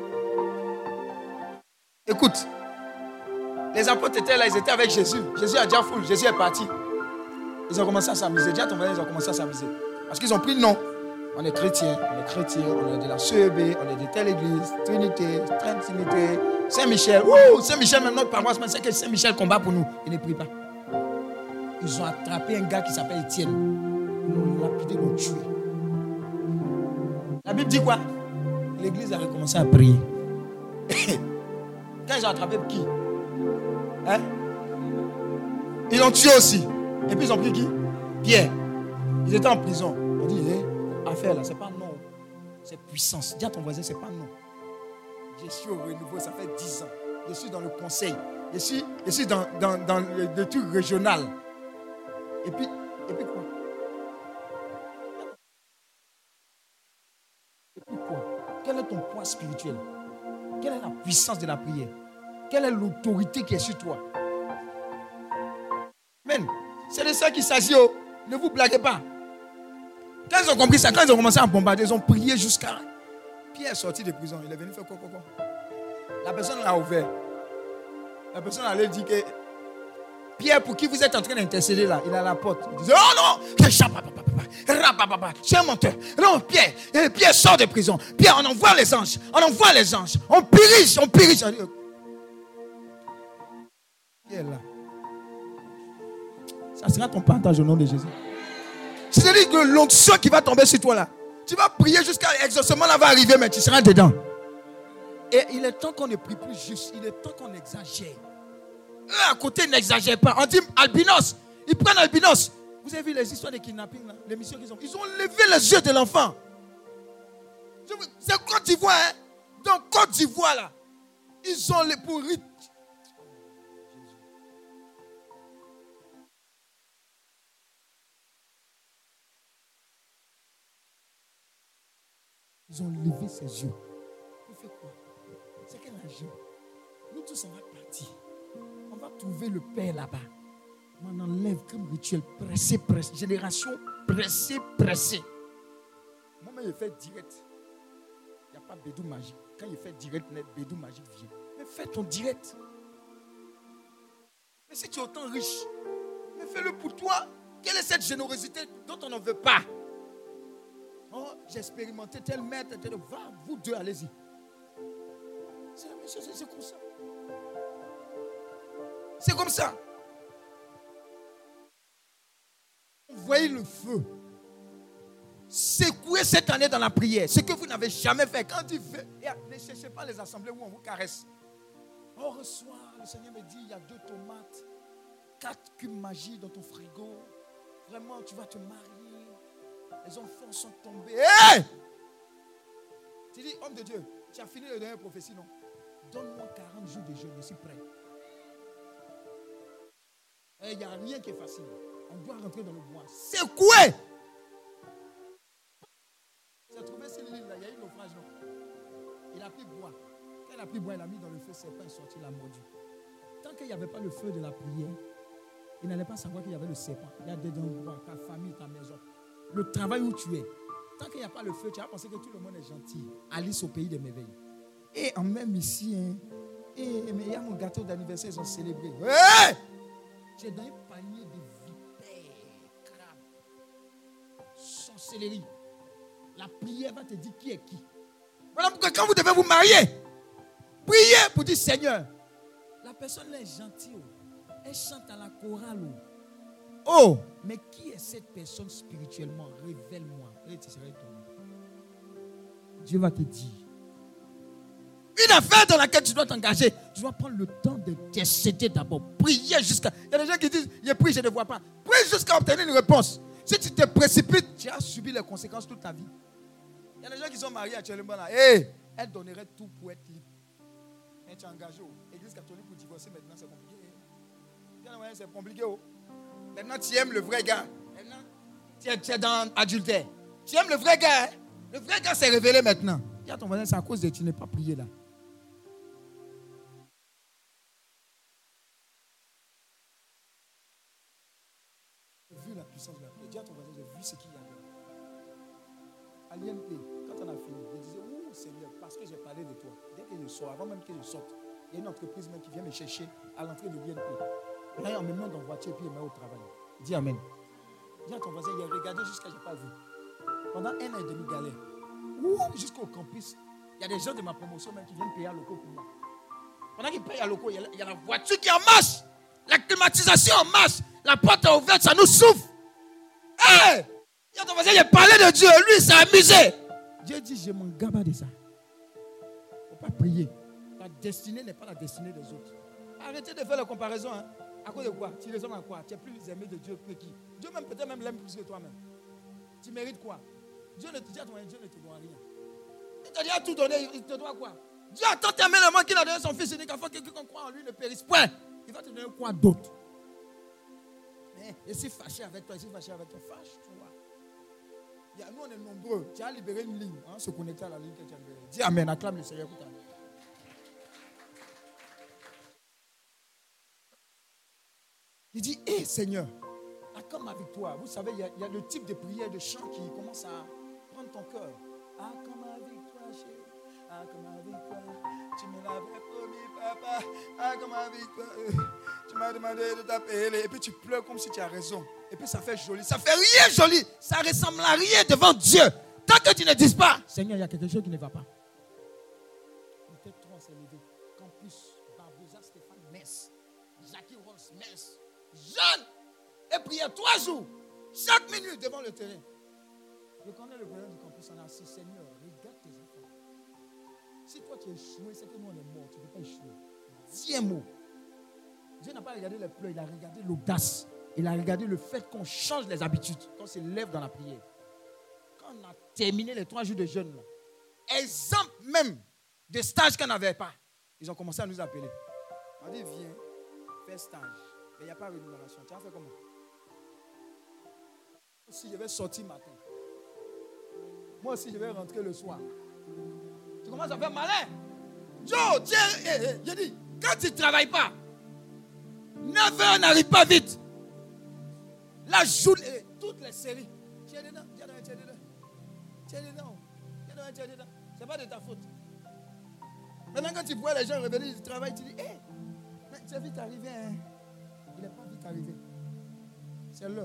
Écoute, les apôtres étaient là, ils étaient avec Jésus. Jésus a déjà foule, Jésus est parti. Ils ont commencé à s'amuser. Déjà, ils ont commencé à s'amuser. Parce qu'ils ont pris le nom. On est chrétiens, on est chrétiens, on est de la C E B, on est de telle église, Trinité, Trinité, Saint-Michel. Ouh, Saint-Michel, même notre paroisse, mais c'est que Saint-Michel combat pour nous. Il ne prie pas. Ils ont attrapé un gars qui s'appelle Étienne. Ils l'ont lapidé, ils l'ont tué. La Bible dit quoi? L'église a recommencé à prier. Quand ils ont attrapé qui? Hein? Ils l'ont tué aussi. Et puis ils ont pris qui? Pierre. Ils étaient en prison. On dit, eh, affaire là, c'est pas non. C'est puissance. Dis à ton voisin, c'est pas non. Je suis au renouveau, ça fait dix ans. Je suis dans le conseil. Je suis, je suis dans, dans, dans le, le truc régional. Et puis, et puis quoi? Et puis quoi? Quel est ton poids spirituel? Quelle est la puissance de la prière? Quelle est l'autorité qui est sur toi? Amen. C'est de ça qu'il s'agit. Oh. Ne vous blaguez pas. Quand ils ont compris ça, quand ils ont commencé à bombarder, ils ont prié jusqu'à... Pierre est sorti de prison. Il est venu faire quoi, quoi, quoi. La personne l'a ouvert. La personne allait dire que... Pierre, pour qui vous êtes en train d'intercéder là, il est à la porte. Il disait, oh non, c'est un menteur. Non, Pierre, Pierre sort de prison. Pierre, on envoie les anges. On envoie les anges. On périge, on périge. Pierre là. Ça sera ton partage au nom de Jésus. C'est-à-dire que l'onction qui va tomber sur toi là, tu vas prier jusqu'à l'exaucement là va arriver, mais tu seras dedans. Et il est temps qu'on ne prie plus juste. Il est temps qu'on exagère. Eux à côté n'exagèrent pas. On dit albinos. Ils prennent albinos. Vous avez vu les histoires de kidnapping là, les missions qu'ils ont. Ils ont levé les yeux de l'enfant. C'est Côte d'Ivoire. Hein? Dans Côte d'Ivoire là, ils ont les pourris. Ils ont levé ses yeux. Vous faites quoi? C'est quel argent? Nous tous, on va partir. On va trouver le Père là-bas. On enlève comme rituel. Pressé, pressé. Génération pressée, pressée. Moi-même, je fais direct. Il n'y a pas bédou magique. Quand il fait direct, net, bédou magique vient. Mais fais ton direct. Mais si tu es autant riche, mais fais-le pour toi. Quelle est cette générosité dont on n'en veut pas? Oh, j'ai expérimenté tel maître, tel... Va, vous deux, allez-y. C'est la même chose, c'est comme ça. C'est comme ça. Vous voyez le feu. Secouez cette année dans la prière. Ce que vous n'avez jamais fait. Quand tu fais, ne cherchez pas les assemblées où on vous caresse. Oh, reçois, le Seigneur me dit, il y a deux tomates, quatre cubes magie dans ton frigo. Vraiment, tu vas te marier. Les enfants sont tombés. Hey! Tu dis, homme de Dieu, tu as fini la dernière prophétie, non? Donne-moi quarante jours de jeûne, je suis prêt. Il n'y a rien qui est facile. On doit rentrer dans le bois. Secouer! J'ai trouvé cette ligne-là, il y a eu naufrage, non? Il a pris bois. Quand il a pris bois, il a mis dans le feu, c'est pas sorti, il a mordu. Tant qu'il n'y avait pas le feu de la prière, il n'allait pas savoir qu'il y avait le serpent. Il y a des endroits, ta famille, ta maison. Le travail où tu es, tant qu'il n'y a pas le feu, tu vas penser que tout le monde est gentil. Alice au pays des merveilles. Et en même ici, hein, et, mais il y a mon gâteau d'anniversaire, ils ont célébré. Hey! Tu es dans un panier de vipères. sorcellerie. La prière va te dire qui est qui. Voilà pourquoi quand vous devez vous marier, priez pour dire Seigneur, la personne est gentille. Elle chante à la chorale. Oh, mais qui est cette personne spirituellement? Révèle-moi. Et tu seras étonné. Dieu va te dire. Une affaire dans laquelle tu dois t'engager, tu dois prendre le temps de t'intercéder d'abord. Prier jusqu'à... Il y a des gens qui disent, je prie, je ne vois pas. Prie jusqu'à obtenir une réponse. Si tu te précipites, tu as subi les conséquences toute ta vie. Il y a des gens qui sont mariés actuellement là. Hey, elle donnerait tout pour être libre. Mais tu es engagé. L'église catholique pour divorcer maintenant, c'est compliqué. C'est compliqué. Oh. Maintenant, tu aimes le vrai gars. Maintenant, tu es, tu es dans adultère. Tu aimes le vrai gars. Hein? Le vrai gars s'est révélé maintenant. Dis à ton voisin, c'est à cause de tu n'es pas prié là. J'ai vu la puissance de la prière. Dis à ton voisin, j'ai vu ce qu'il y avait. À l'I N P, quand on a fini, je disais, oh Seigneur, parce que j'ai parlé de toi. Dès que je sors, avant même que je sorte, il y a une entreprise même qui vient me chercher à l'entrée de l'I N P. Là, on me met dans la voiture et puis il me met au travail. Dis Amen. Dis à ton voisin, il a regardé jusqu'à je n'ai pas vu. Pendant un an et demi galère. Ouh, jusqu'au campus. Il y a des gens de ma promotion même qui viennent payer à locaux pour moi. Pendant qu'ils payent à locaux, il y, a, il y a la voiture qui est en marche. La climatisation en marche. La porte est ouverte, ça nous souffle. Hé! Hey! Dis à ton voisin, il a parlé de Dieu. Lui, il s'est amusé. Dieu dit, je m'en gaba de ça. Il ne faut pas prier. Ta destinée n'est pas la destinée des autres. Arrêtez de faire la comparaison. Hein. À cause de quoi? Tu raisonnes à quoi? Tu es plus aimé de Dieu que qui? Dieu même peut-être même l'aime plus que toi-même. Tu mérites quoi? Dieu ne te dit à toi, Dieu ne te doit rien. Il te dit à tout donner, il te doit quoi? Dieu a tant aimé le monde qu'il a donné son fils unique afin que quiconque croit en lui ne périsse point. Il va te donner quoi d'autre? Mais je suis fâché avec toi, je suis fâché avec toi. Fâche-toi. Nous on est nombreux. Tu as libéré une ligne. Hein, se connecter à la ligne que tu as libérée. Dis Amen, acclame le Seigneur. Il dit, hé hey, Seigneur, accorde ma victoire. Vous savez, il y, y a le type de prière, de chant qui commence à prendre ton cœur. Accorde ma victoire, chérie. Accorde ma victoire. Tu me l'avais promis, papa. Accorde ma victoire. Tu m'as demandé de t'appeler. Et puis tu pleures comme si tu as raison. Et puis ça fait joli. Ça fait rien joli. Ça ressemble à rien devant Dieu. Tant que tu ne dises pas, Seigneur, il y a quelque chose qui ne va pas. Peut-être trois s'est levé. Campus, Barbosa, Stéphane, Metz. Jackie Ross, Metz. Jeune et prier trois jours, chaque minute devant le terrain. Je connais le président du campus, on a assis, Seigneur, regarde tes enfants. Si toi tu es échoué, c'est que nous on est morts, tu ne peux pas échouer. Dis un mot. Dieu n'a pas regardé les pleurs, il a regardé l'audace. Il a regardé le fait qu'on change les habitudes, qu'on se lève dans la prière. Quand on a terminé les trois jours de jeûne, là, exemple même de stage qu'on n'avait pas, ils ont commencé à nous appeler. On a dit, viens, fais stage. Mais il n'y a pas de rémunération. Tu as fait comment? Moi aussi, je vais sortir matin. Moi aussi, je vais rentrer le soir. Tu commences à faire malin. Joe, tiens, eh, eh, je dis, quand tu ne travailles pas, neuf heures n'arrive pas vite. La journée, eh, toutes les séries. Tu es dedans, tu es dedans, tu es dedans. Tu es dedans, tu es dedans, tu es dedans. Ce n'est pas de ta faute. Maintenant, quand tu vois les gens revenir du travail, tu dis, hé, hey, tu es vite arrivé, hein. Il n'est pas vite arrivé. C'est l'heure.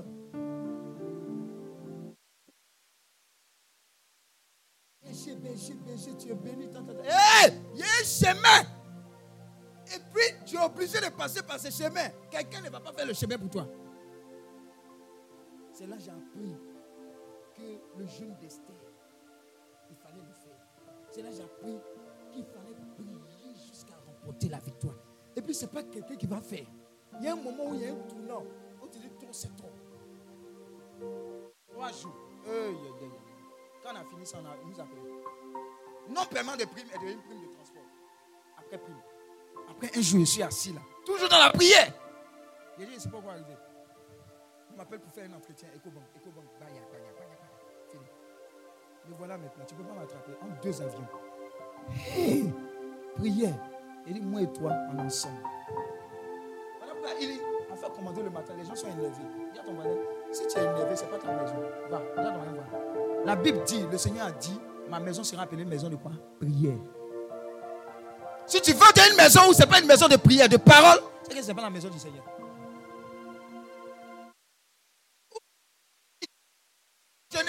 Béger, béger, béger, tu es béni. Hé, il y a un chemin. Et puis, tu es obligé de passer par ce chemin. Quelqu'un ne va pas faire le chemin pour toi. C'est là que j'ai appris que le jeûne d'Esther, il fallait le faire. C'est là que j'ai appris qu'il fallait prier jusqu'à remporter la victoire. Et puis, ce n'est pas quelqu'un qui va faire. Il y a un moment où il y a un tournant. Où tu dis trop, c'est trop. Trois jours. Euh, yeah, yeah, yeah. Quand on a fini ça, on a nous appelé. Non paiement de prime et de une prime de transport. Après prime. Après un jour, je suis assis là. Toujours dans la prière. J'ai dit, je ne sais pas quoi arriver. On m'appelle pour faire un entretien. Ecobank. Ecobank. Baya, baya, baya, baya. Fini. Me voilà maintenant. Tu ne peux pas m'attraper. En deux avions. Hey, prière. Il dit, moi et toi, on est ensemble. Il est en fait commander le matin, les gens sont énervés. Dis à ton voisin, si tu es énervé, ce n'est pas ta maison. Va, dis à ton voisin, va. La Bible dit, le Seigneur a dit, ma maison sera appelée maison de quoi? Prière. Si tu veux dans une maison où ce n'est pas une maison de prière, de parole, c'est que ce n'est pas la maison du Seigneur.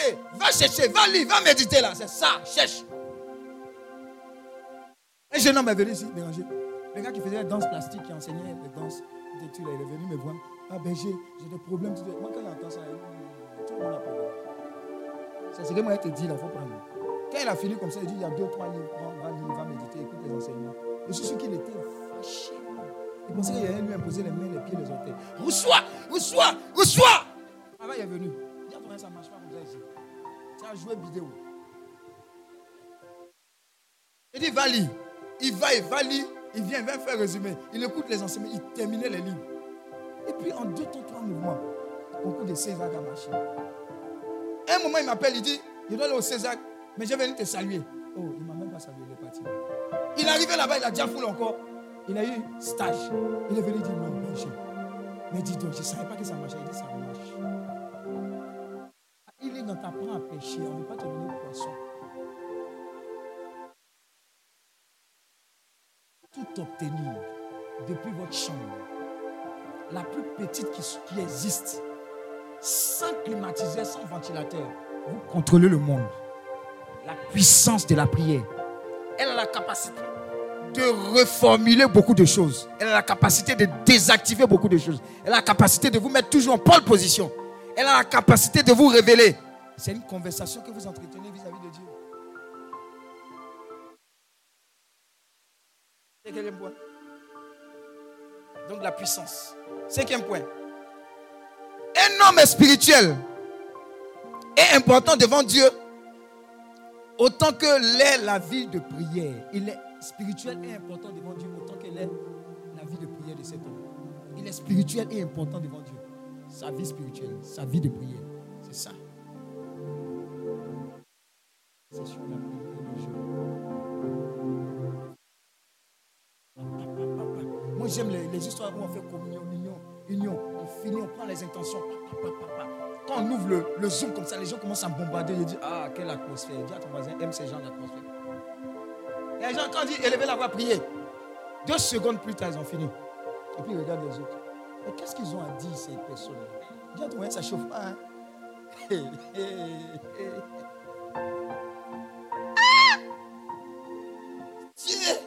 chercher, va chercher, va lire, va méditer là. C'est ça, cherche. Un jeune homme est venu ici, déranger. Le gars qui faisait la danse plastique, qui enseignait la danse, il est venu me voir. Ah ben j'ai, j'ai des problèmes. Moi quand j'entends ça, tout le monde a problème. C'est ce que moi je te dis là, il faut prendre. Quand il a fini comme ça, il dit il y a deux, trois livres, va lire, va méditer, écoute les enseignements. Je suis sûr qu'il était fâché. Il pensait qu'il allait lui imposer les mains, les pieds, les orteils. Reçois, reçois, reçois. Ah là il est venu. Il a trouvé ça ne marche pas comme ça ici. Tu as joué vidéo. Il dit va lire. Il va, il va lire. Il vient, il va faire résumé. Il écoute les enseignements, il terminait les livres. Et puis en deux temps, trois mouvements, au cours de César a marché. Un moment, il m'appelle, il dit, je dois aller au César, mais je vais venir te saluer. Oh, il ne m'a même pas salué, il est parti. Il est arrivé là-bas, il a déjà foulé encore. Il a eu stage. Il est venu dire non, Benji. Mais dis donc, je ne savais pas que ça marchait. Il dit ça marche. Il est dans ta prend à pêcher, on ne veut pas te donner poisson. Tout obtenir depuis votre chambre, la plus petite qui, qui existe, sans climatiseur, sans ventilateur, vous contrôlez le monde. La puissance de la prière, elle a la capacité de reformuler beaucoup de choses. Elle a la capacité de désactiver beaucoup de choses. Elle a la capacité de vous mettre toujours en pole position. Elle a la capacité de vous révéler. C'est une conversation que vous entretenez vis-à-vis de Dieu. Quatrième point. Donc la puissance. Cinquième point. Un homme spirituel est important devant Dieu autant que l'est la vie de prière. Il est spirituel et important devant Dieu autant que l'est la vie de prière de cet homme. Il est spirituel et important devant Dieu. Sa vie spirituelle, sa vie de prière. C'est ça. C'est sur la prière de Dieu. Moi j'aime les, les histoires où on fait communion, union, union, on finit, on prend les intentions. Quand on ouvre le, le zoom comme ça, les gens commencent à bombarder. Ils disent ah, quelle atmosphère. Dis à ton voisin, aime ces gens d'atmosphère. Les gens, quand on dit élevez la voix, prier, deux secondes plus tard, ils ont fini. Et puis ils regardent les autres. Mais qu'est-ce qu'ils ont à dire, ces personnes-là? Dis à ton voisin, ça ne chauffe pas. Hein? Hey, hey, hey. Ah! Dieu!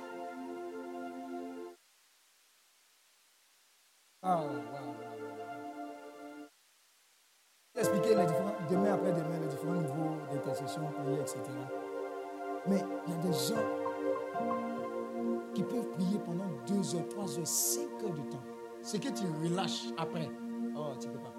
Ah, wow, wow, wow. Expliquer les différents, demain après demain, les différents niveaux d'intercession, prière, et cetera. Mais il y a des gens qui peuvent prier pendant deux heures, trois heures, cinq heures de temps. Ce que tu relâches après, oh, tu ne peux pas.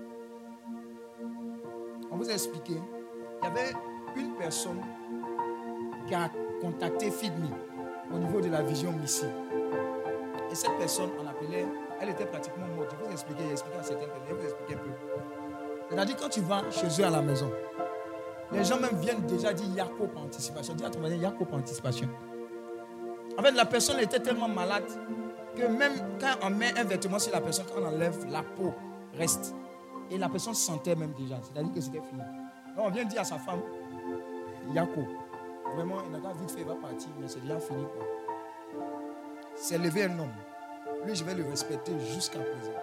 On vous a expliqué, il y avait une personne qui a contacté Feed Me au niveau de la vision Missy. Et cette personne, on l'appelait, elle était pratiquement morte. Je vous ai expliqué, j'ai expliqué à certaines personnes, je vous ai expliqué un peu. C'est-à-dire, quand tu vas chez eux à la maison, les gens même viennent déjà dire Yako par anticipation. Dis à ton voisin Yako par anticipation. En fait, la personne était tellement malade que même quand on met un vêtement sur la personne, quand on enlève, la peau reste. Et la personne sentait même déjà. C'est-à-dire que c'était fini. Donc on vient dire à sa femme Yako. Vraiment, il n'a pas vite fait, il va partir, mais c'est déjà fini. Quoi. C'est levé un homme. Lui, je vais le respecter jusqu'à présent.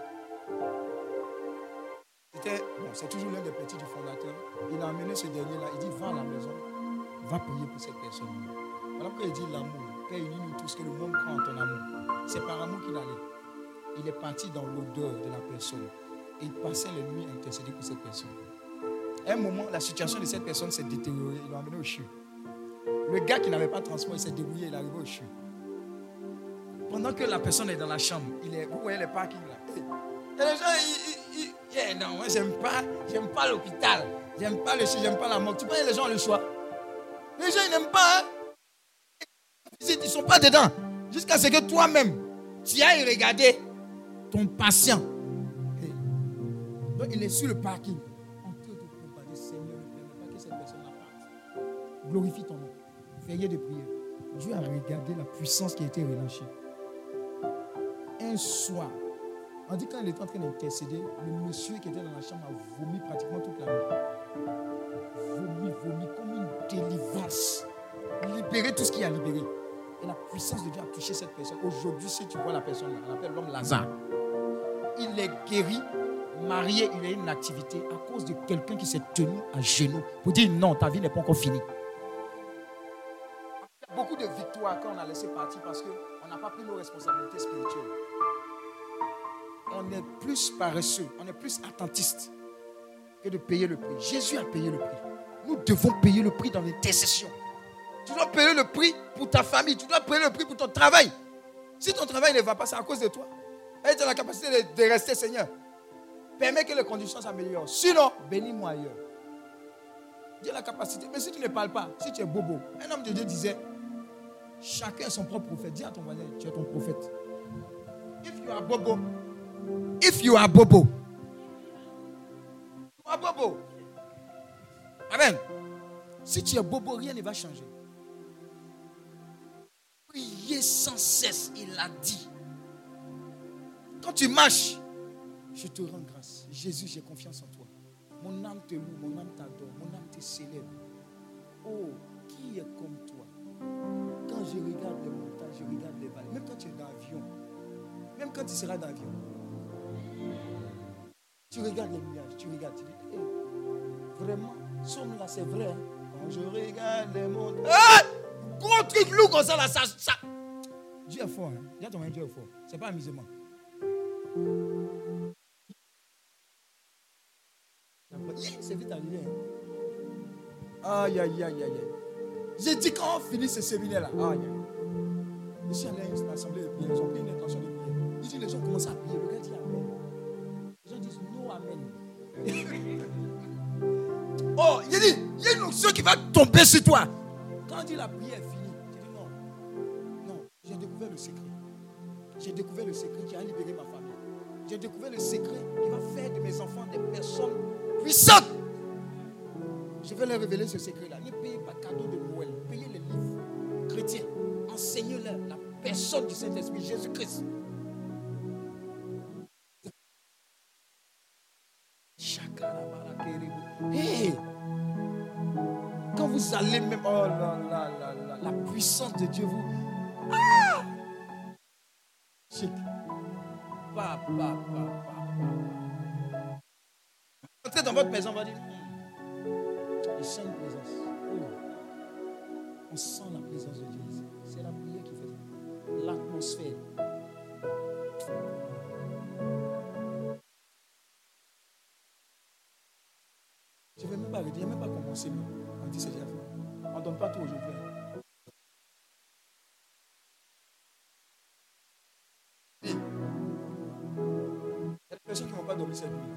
C'était, bon, c'est toujours l'un des petits du fondateur. Il a amené ce dernier-là. Il dit, va à la maison, va prier pour cette personne. Voilà pourquoi il dit l'amour. Père, unis-nous tous, que le monde croit en ton amour. C'est par amour qu'il allait. Il est parti dans l'odeur de la personne. Et il passait les nuits à intercéder pour cette personne. À un moment, la situation de cette personne s'est détériorée. Il l'a amené au CHU. Le gars qui n'avait pas de transport, il s'est débrouillé, il est arrivé au CHU. Pendant que la personne est dans la chambre, il est, vous voyez les parkings là. Et les gens, ils, ils, ils yeah, non, moi j'aime pas, j'aime pas l'hôpital, j'aime pas le CHU, j'aime pas la mort. Tu vois, les gens ont le choix. Les gens, ils n'aiment pas. Hein? Ils ne sont pas dedans. Jusqu'à ce que toi-même, tu ailles regarder ton patient. Et donc il est sur le parking. En train de propager, Seigneur, ne permets pas que cette personne la parte. Glorifie ton nom. Veillez de prière. Dieu a regardé la puissance qui a été relâchée. Un soir, on dit quand il était en train d'intercéder, le monsieur qui était dans la chambre a vomi pratiquement toute la nuit. Vomi, vomi, comme une délivrance. Libérer tout ce qui a libéré. Et la puissance de Dieu a touché cette personne. Aujourd'hui, si tu vois la personne là, on l'appelle l'homme Lazare. Il est guéri. marié, il a une activité à cause de quelqu'un qui s'est tenu à genoux pour dire non, ta vie n'est pas encore finie. Il y a beaucoup de victoires quand on a laissé partir parce qu'on n'a pas pris nos responsabilités spirituelles. On est plus paresseux, on est plus attentiste que de payer le prix. Jésus a payé le prix. Nous devons payer le prix dans l'intercession. Tu dois payer le prix pour ta famille, tu dois payer le prix pour ton travail. Si ton travail ne va pas, c'est à cause de toi. Et tu as la capacité de, de rester, Seigneur. Permets que les conditions s'améliorent. Sinon, bénis-moi ailleurs. Dieu a la capacité. Mais si tu ne parles pas, si tu es bobo, un homme de Dieu disait, chacun est son propre prophète. Dis à ton voisin, tu es ton prophète. If you are bobo, if you are bobo, you are bobo. Amen. Si tu es bobo, rien ne va changer. Priez sans cesse, il l'a dit. Quand tu marches, je te rends grâce. Jésus, j'ai confiance en toi. Mon âme te loue, mon âme t'adore, mon âme te célèbre. Oh, qui est comme toi? Quand je regarde les montagnes, je regarde les vallées. Même quand tu es dans l'avion, même quand tu seras dans l'avion, tu regardes les nuages, tu regardes, tu dis, hey, vraiment, somme là, c'est vrai. Hein? Quand je regarde les montagnes, ah! Gros truc lourd comme ça, là, ça, ça. Dieu est fort, hein? Dis à ton mari, Dieu est fort. C'est pas amusement. C'est vite arrivé. Hein? Aïe, aïe, aïe, aïe. J'ai dit quand on finit ce séminaire-là, aïe, aïe. Je suis allé à une assemblée de prière, ils ont pris une intention de prière. Ils disent, les gens commencent à prier. Le gars dit Amen. Les gens disent non, Amen. Oh, il dit, il y a une onction qui va tomber sur toi. Quand on dit la prière est finie, tu dis non. Non, j'ai découvert le secret. J'ai découvert le secret qui a libéré ma famille. J'ai découvert le secret qui va faire de mes enfants des personnes puissantes. Je vais leur révéler ce secret-là. Ne payez pas cadeau de Noël. Payez les livres chrétiens. Enseignez-leur la personne du Saint-Esprit, Jésus-Christ. Hey! Quand vous allez même, oh là là là là, la puissance de Dieu vous. Ah! Chic. Pa, pa, pa, pa, pa. Entrez dans votre maison, on va dire. Je sens une présence. Oh. On sent la présence de Dieu ici. C'est la prière qui fait ça. L'atmosphère. Je ne vais même pas arrêter, je ne vais même pas commencer. On dit c'est déjà fait. On ne donne pas tout aujourd'hui. Il y a des personnes qui ne vont pas dormir cette nuit.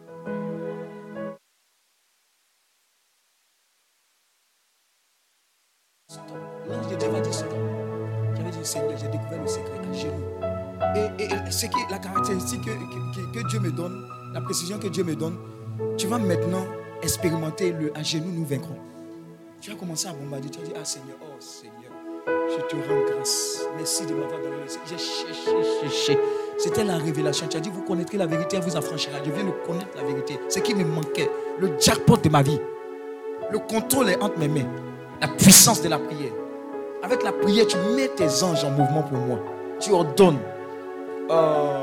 Stop. L'ange de Dieu va dire stop. J'avais dit Seigneur, j'ai découvert le secret à genoux. Et, et, et ce qui est la caractéristique que, que, que Dieu me donne, la précision que Dieu me donne, tu vas maintenant expérimenter le à genoux nous vaincrons. Tu as commencé à bombarder, tu as dit ah Seigneur, oh Seigneur, je te rends grâce. Merci de m'avoir donné le secret. J'ai cherché, cherché. C'était la révélation. Tu as dit vous connaîtrez la vérité, elle vous affranchira. Je viens de connaître la vérité. Ce qui me manquait, le jackpot de ma vie. Le contrôle est entre mes mains. La puissance de la prière. Avec la prière, tu mets tes anges en mouvement pour moi. Tu ordonnes. Oh.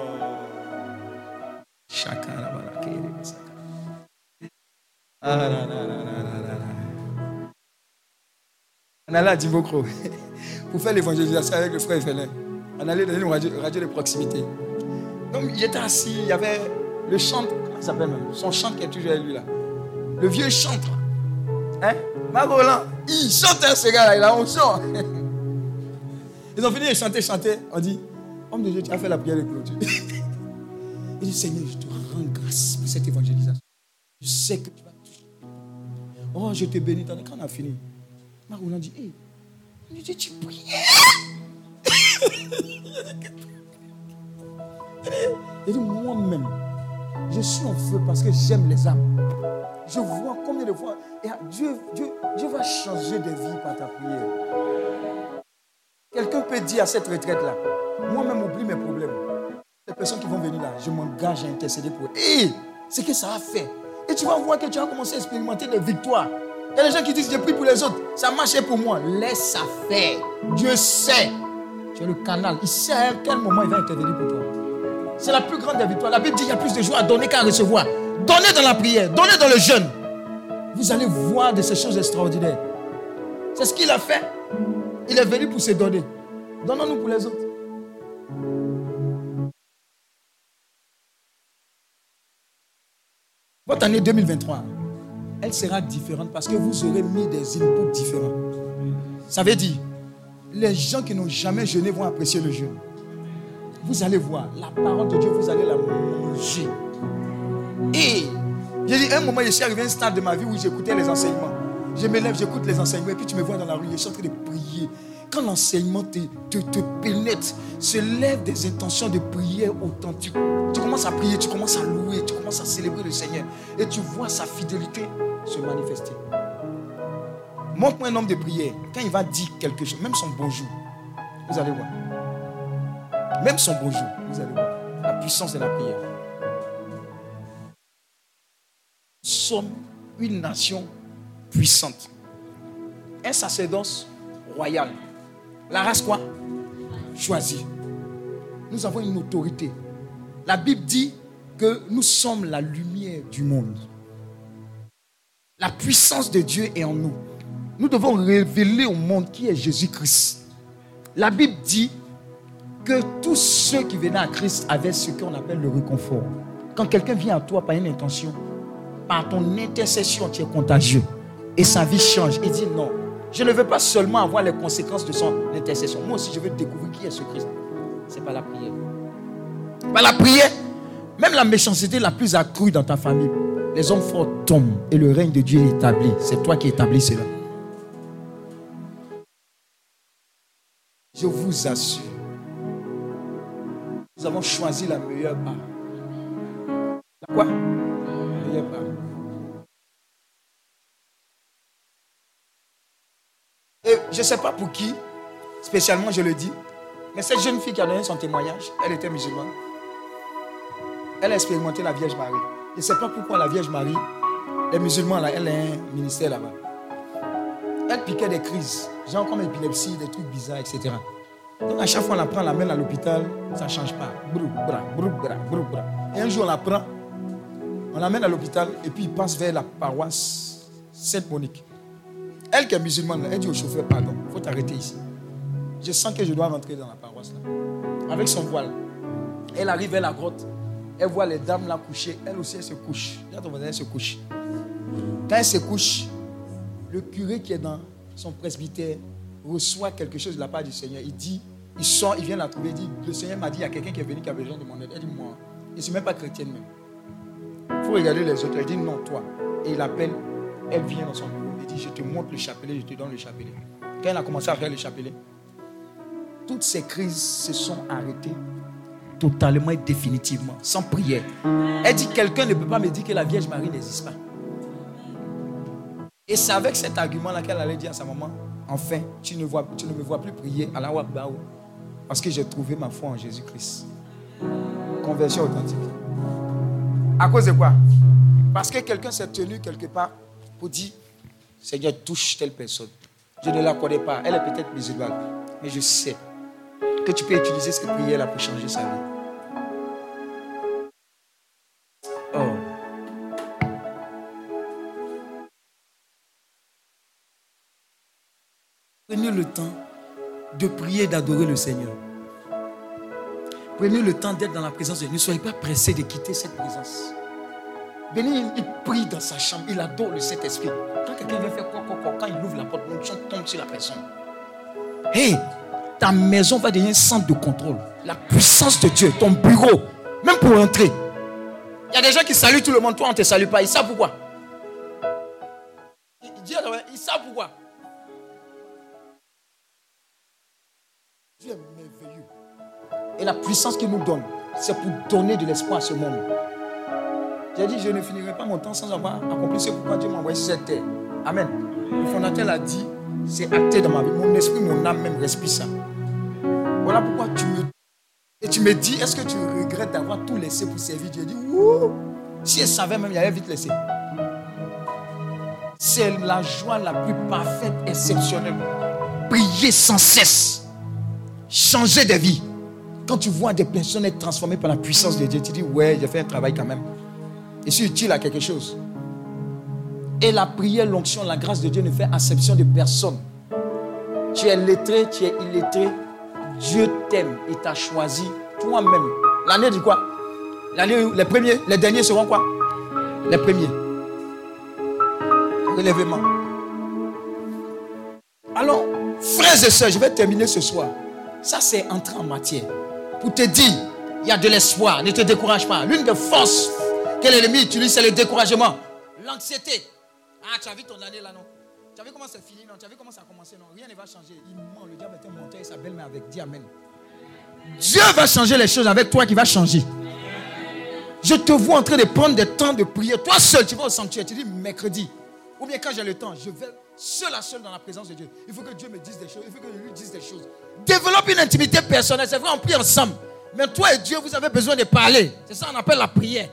Chacun la baraka. Ah là là là là là là. On allait à Dimokro pour faire l'évangélisation avec le frère Félin. On allait dans une radio, radio de proximité. Donc j'étais assis, il y avait le chantre, comment il s'appelle même, son chantre qui est toujours avec lui là. Le vieux chantre. Hein? Marc Roland, il chante hein, ce gars-là, il a honte. Ils ont fini de chanter, chanter. On dit, homme de Dieu, tu as fait la prière de clôture. Il dit, Seigneur, je te rends grâce pour cette évangélisation. Je sais que tu vas toucher. Oh, je te bénis. Quand on a fini, Marc Roland dit, hé, hey, on dit, tu pries. Il dit, moi-même, je suis en feu parce que j'aime les âmes. Je vois combien de fois et Dieu, Dieu, Dieu va changer de vie par ta prière. Quelqu'un peut dire à cette retraite-là, moi-même oublie mes problèmes. Les personnes qui vont venir là, je m'engage à intercéder pour eux. Et c'est que ça a fait. Et tu vas voir que tu vas commencer à expérimenter des victoires. Il y a des gens qui disent, je prie pour les autres. Ça marchait pour moi. Laisse ça faire. Dieu sait. Tu es le canal. Il sait à quel moment il va intervenir pour toi. C'est la plus grande des victoires. La Bible dit qu'il y a plus de joie à donner qu'à recevoir. Donnez dans la prière, donnez dans le jeûne. Vous allez voir de ces choses extraordinaires. C'est ce qu'il a fait. Il est venu pour se donner. Donnons-nous pour les autres. Votre année deux mille vingt-trois, elle sera différente parce que vous aurez mis des inputs différents. Ça veut dire, les gens qui n'ont jamais jeûné vont apprécier le jeûne. Vous allez voir, la parole de Dieu, vous allez la manger. Et, j'ai dit, un moment, je suis arrivé à un stade de ma vie où j'écoutais les enseignements. Je me lève, j'écoute les enseignements, et puis tu me vois dans la rue, je suis en train de prier. Quand l'enseignement te, te, te pénètre, se lèvent des intentions de prière authentiques. Tu commences à prier, tu commences à louer, tu commences à célébrer le Seigneur. Et tu vois sa fidélité se manifester. Montre-moi un homme de prière. Quand il va dire quelque chose, même son bonjour, vous allez voir. Même son bonjour, vous allez voir. La puissance de la prière. Nous sommes une nation puissante. Un sacerdoce royal. La race quoi? Choisie. Nous avons une autorité. La Bible dit que nous sommes la lumière du monde. La puissance de Dieu est en nous. Nous devons révéler au monde qui est Jésus-Christ. La Bible dit que tous ceux qui venaient à Christ avaient ce qu'on appelle le réconfort. Quand quelqu'un vient à toi par une intention, par ton intercession, tu es contagieux. Et sa vie change. Il dit non. Je ne veux pas seulement avoir les conséquences de son intercession. Moi aussi, je veux découvrir qui est ce Christ. C'est pas la prière. Par la prière, même la méchanceté la plus accrue dans ta famille, les hommes forts tombent et le règne de Dieu est établi. C'est toi qui établis cela. Je vous assure, nous avons choisi la meilleure part. La quoi? La meilleure part. Et je ne sais pas pour qui, spécialement je le dis, mais cette jeune fille qui a donné son témoignage, elle était musulmane. Elle a expérimenté la Vierge Marie. Je ne sais pas pourquoi la Vierge Marie, les musulmans, là, elle a un ministère là-bas. Elle piquait des crises, genre comme épilepsie, des trucs bizarres, et cetera. Donc à chaque fois on la prend, on l'amène à l'hôpital, ça ne change pas. Brou, bra, brou, bra, brou, bra. Et un jour on la prend, on l'amène à l'hôpital et puis il passe vers la paroisse Sainte-Monique. Elle qui est musulmane, elle dit au chauffeur, pardon, il faut t'arrêter ici. Je sens que je dois rentrer dans la paroisse là. Avec son voile. Elle arrive vers la grotte. Elle voit les dames là coucher. Elle aussi, elle se couche. Elle se couche. Quand elle se couche, le curé qui est dans son presbytère reçoit quelque chose de la part du Seigneur. Il dit, il sort, il vient la trouver. Il dit, le Seigneur m'a dit, il y a quelqu'un qui est venu qui a besoin de mon aide. Elle dit, moi. Je ne suis même pas chrétienne même. Il faut regarder les autres. Elle dit, non, toi. Et il appelle. Elle vient dans son bureau. Il dit, je te montre le chapelet, je te donne le chapelet. Quand elle a commencé à faire le chapelet, toutes ces crises se sont arrêtées totalement et définitivement, sans prière. Elle dit, quelqu'un ne peut pas me dire que la Vierge Marie n'existe pas. Et c'est avec cet argument-là qu'elle allait dire à sa maman, enfin, tu ne, vois, tu ne me vois plus prier à la Wakbaou, parce que j'ai trouvé ma foi en Jésus-Christ. Conversion authentique. À cause de quoi? Parce que quelqu'un s'est tenu quelque part pour dire, Seigneur, touche telle personne. Je ne la connais pas. Elle est peut-être musulmane. Mais je sais que tu peux utiliser cette prière-là pour changer sa vie. Oh. Prenez le temps de prier et d'adorer le Seigneur. Prenez le temps d'être dans la présence de Dieu. Ne soyez pas pressés de quitter cette présence. Béni, il prie dans sa chambre. Il adore le Saint-Esprit. Quand quelqu'un vient faire quoi, quoi, quoi, quand il ouvre la porte, l'onction tombe sur la personne. Hey, ta maison va devenir un centre de contrôle. La puissance de Dieu, ton bureau, même pour entrer. Il y a des gens qui saluent tout le monde. Toi, on ne te salue pas. Ils savent pourquoi. Dieu, ils savent pourquoi. Dieu est merveilleux. Et la puissance qu'il nous donne, c'est pour donner de l'espoir à ce monde. J'ai dit, je ne finirai pas mon temps sans avoir accompli ce pourquoi Dieu m'a envoyé sur cette terre. Amen. Le fondateur l'a dit, c'est acté dans ma vie. Mon esprit, mon âme même respire ça. Voilà pourquoi tu me... Et tu me dis, est-ce que tu regrettes d'avoir tout laissé pour servir Dieu? Je dis, ouh, si elle savait même, il avait vite laissé. C'est la joie la plus parfaite, exceptionnelle. Prier sans cesse. Changer de vie. Quand tu vois des personnes être transformées par la puissance de Dieu, tu dis, ouais, j'ai fait un travail quand même. Et c'est utile à quelque chose. Et la prière, l'onction, la grâce de Dieu ne fait acception de personne. Tu es lettré, tu es illettré. Dieu t'aime et t'a choisi toi-même. L'année dit quoi? L'année où les premiers, les derniers seront quoi? Les premiers. Relèvement. Alors, frères et sœurs, je vais terminer ce soir. Ça, c'est entrer en matière. Pour te dire, il y a de l'espoir. Ne te décourage pas. L'une des forces que l'ennemi utilise, c'est le découragement. L'anxiété. Ah, tu as vu ton année là, non? Tu as vu comment c'est fini, non? Tu as vu comment ça a commencé, non? Rien ne va changer. Il ment, le diable est un menteur et sa belle-mère avec. Dis amen. Dieu va changer les choses avec toi qui va changer. Je te vois en train de prendre des temps de prière. Toi seul, tu vas au sanctuaire. Tu dis mercredi. Ou bien quand j'ai le temps, je vais seul à seul dans la présence de Dieu. Il faut que Dieu me dise des choses. Il faut que je lui dise des choses. Développe une intimité personnelle. C'est vrai, on prie ensemble. Mais toi et Dieu, vous avez besoin de parler. C'est ça qu'on appelle la prière.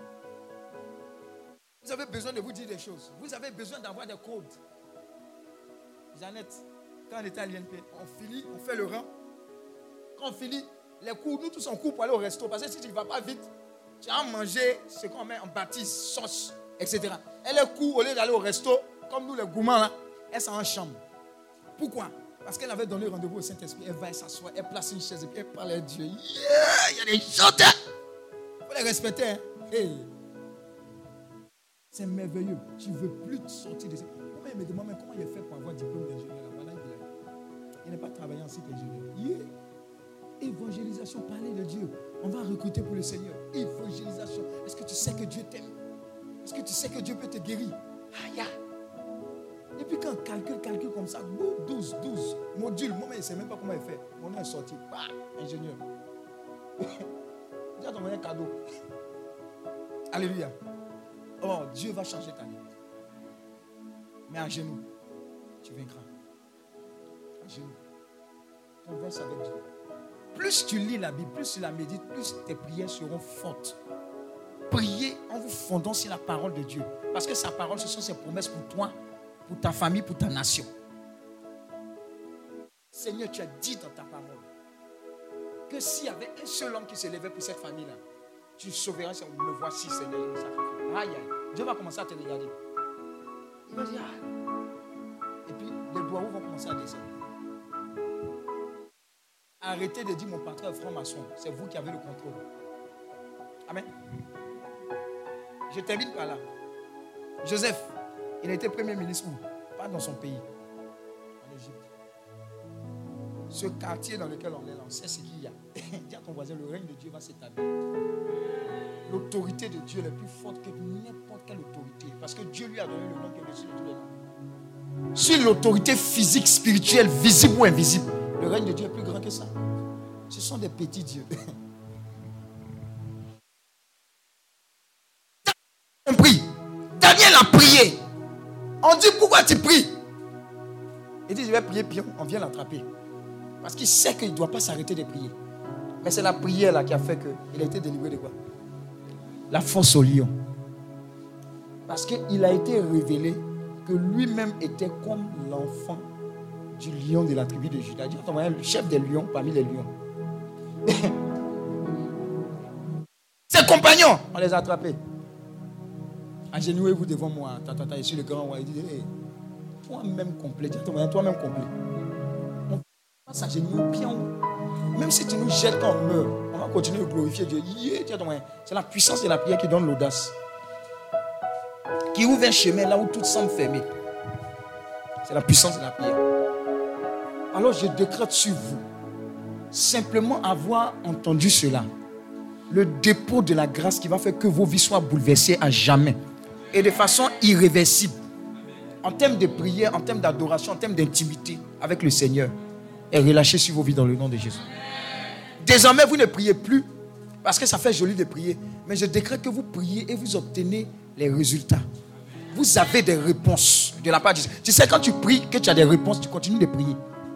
Vous avez besoin de vous dire des choses. Vous avez besoin d'avoir des codes. Jeannette, quand on était à l'I N P, on finit, on fait le rang. Quand on finit, les cours, nous tous on court pour aller au resto. Parce que si tu ne vas pas vite, tu vas manger ce qu'on met en bâtisse, sauce, et cetera. Elle est court, au lieu d'aller au resto, comme nous les gourmands là, elle s'en en chambre. Pourquoi? Parce qu'elle avait donné rendez-vous au Saint-Esprit. Elle va s'asseoir, elle place une chaise et puis elle parle à Dieu. Yeah, il y a des chanteurs. Il faut les respecter. Hein? Hey. C'est merveilleux. Tu ne veux plus te sortir de ça. Moi, il me demande mais comment il a fait pour avoir un diplôme d'ingénieur. Voilà, il n'a pas travaillé en site ingénieur. Yeah. Évangélisation, parler de Dieu. On va recruter pour le Seigneur. Évangélisation. Est-ce que tu sais que Dieu t'aime? Est-ce que tu sais que Dieu peut te guérir? Aïe. Et puis quand on calcule, calcule comme ça, douze, douze modules. Moi, je ne sais même pas comment il fait. Mon nom est sorti. Bah, ingénieur. Déjà, t'as envoyé un cadeau. Alléluia. Oh, Dieu va changer ta vie. Mais à genoux, tu vaincras. À genoux. Converse avec Dieu. Plus tu lis la Bible, plus tu la médites, plus tes prières seront fortes. Priez en vous fondant sur la parole de Dieu. Parce que sa parole, ce sont ses promesses pour toi, pour ta famille, pour ta nation. Seigneur, tu as dit dans ta parole que s'il y avait un seul homme qui se levait pour cette famille-là, tu sauveras, me voici, Seigneur, je me sacrifie. Aïe, aïe. Dieu va commencer à te regarder. Il va dire, ah. Et puis, les doigts vont commencer à descendre. Arrêtez de dire mon patron est franc-maçon. C'est vous qui avez le contrôle. Amen. Je termine par là. Joseph, il a été premier ministre où? Pas dans son pays. En Égypte. Ce quartier dans lequel on est là, on sait ce qu'il y a. Dis à ton voisin, le règne de Dieu va s'établir. L'autorité de Dieu est plus forte que n'importe quelle autorité. Parce que Dieu lui a donné le nom qui est au-dessus de tous les noms. Sur l'autorité physique, spirituelle, visible ou invisible, le règne de Dieu est plus grand que ça. Ce sont des petits dieux. Compris. Daniel a prié. On dit pourquoi tu pries? Il dit je vais prier, puis on vient l'attraper. Parce qu'il sait qu'il ne doit pas s'arrêter de prier. Mais c'est la prière là qui a fait qu'il a été délivré de quoi? La force au lion. Parce qu'il a été révélé que lui-même était comme l'enfant du lion de la tribu de Juda. Dieu a le chef des lions parmi les lions. Ses compagnons, on les a attrapés. Agenouillez-vous devant moi. Tata, tata, je suis le grand roi. Il dit, hey, toi-même complet. Toi-même complet. On va s'agenouiller au pied en haut. Même si tu nous jettes quand on meurt, on va continuer de glorifier Dieu. C'est la puissance de la prière qui donne l'audace. Qui ouvre un chemin là où tout semble fermé. C'est la puissance de la prière. Alors je décrète sur vous, simplement avoir entendu cela, le dépôt de la grâce qui va faire que vos vies soient bouleversées à jamais et de façon irréversible. En termes de prière, en termes d'adoration, en termes d'intimité avec le Seigneur, est relâché sur vos vies dans le nom de Jésus. Désormais, vous ne priez plus parce que ça fait joli de prier, mais je décrète que vous priez et vous obtenez les résultats. Vous avez des réponses de la part de Dieu. Tu sais, quand tu pries, que tu as des réponses, tu continues de prier.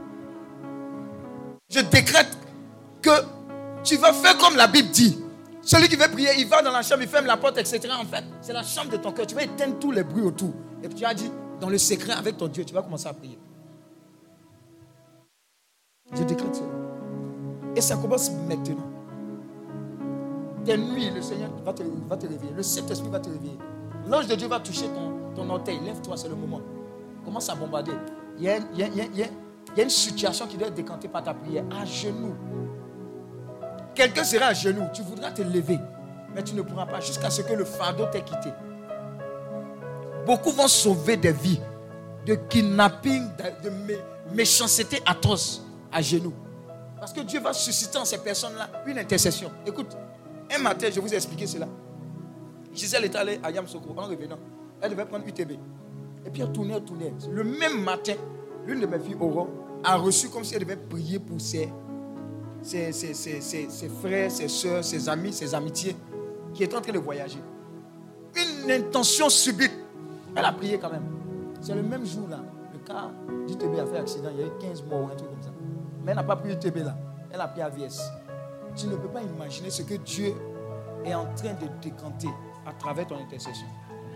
Je décrète que tu vas faire comme la Bible dit. Celui qui veut prier, il va dans la chambre, il ferme la porte, et cetera. En fait, c'est la chambre de ton cœur. Tu vas éteindre tous les bruits autour. Et puis tu as dit, dans le secret avec ton Dieu, tu vas commencer à prier. Je décrète ça. Et ça commence maintenant. Tes nuits, le Seigneur va te, va te réveiller. Le Saint-Esprit va te réveiller. L'ange de Dieu va toucher ton, ton orteil. Lève-toi, c'est le moment. Commence à bombarder. Il y a, il y a, il y a, il y a, il y a une situation qui doit être décantée par ta prière. À genoux. Quelqu'un sera à genoux. Tu voudras te lever. Mais tu ne pourras pas jusqu'à ce que le fardeau t'ait quitté. Beaucoup vont sauver des vies de kidnapping, de, de mé, méchanceté atroce à genoux. Parce que Dieu va susciter en ces personnes-là une intercession. Écoute, un matin, je vous ai expliqué cela. Gisèle est allée à Yamsoko en revenant. Elle devait prendre U T B. Et puis elle tournait, elle tournait. Le même matin, l'une de mes filles, Aurore, a reçu comme si elle devait prier pour ses, ses, ses, ses, ses, ses frères, ses soeurs, ses amis, ses amitiés qui étaient en train de voyager. Une intention subite. Elle a prié quand même. C'est le même jour-là. Le cas d'U T B a fait accident. Il y a eu quinze morts, un truc comme ça. Mais elle n'a pas pris U T B là. Elle a pris A V S. Tu ne peux pas imaginer ce que Dieu est en train de décanter à travers ton intercession.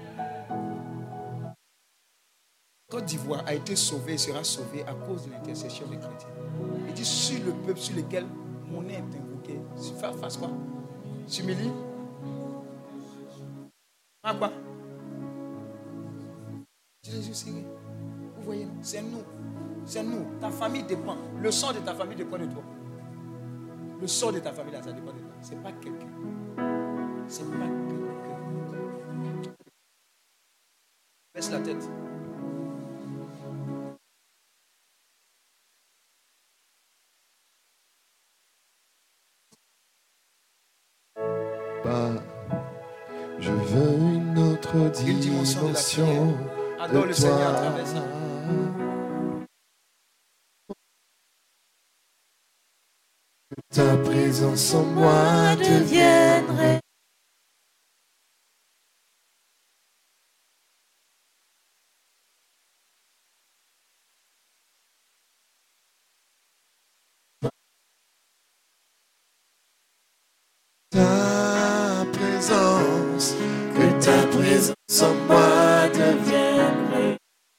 Côte d'Ivoire a été sauvée et sera sauvée à cause de l'intercession des chrétiens. Il dit sur le peuple sur lequel mon nom est invoqué. Tu fais face quoi? S'humilie. À quoi? Jésus, c'est vous voyez, c'est nous. C'est nous. Ta famille dépend. Le sort de ta famille dépend de toi. Le sort de ta famille, là, ça dépend de toi. Ce n'est pas quelqu'un. Ce n'est pas quelqu'un. Baisse la tête. Bah, je veux une autre dimension, une dimension de la prière. Adore le toi. Seigneur à travers ça. Ta présence en moi deviendrait ta présence, que ta présence en moi deviendrait.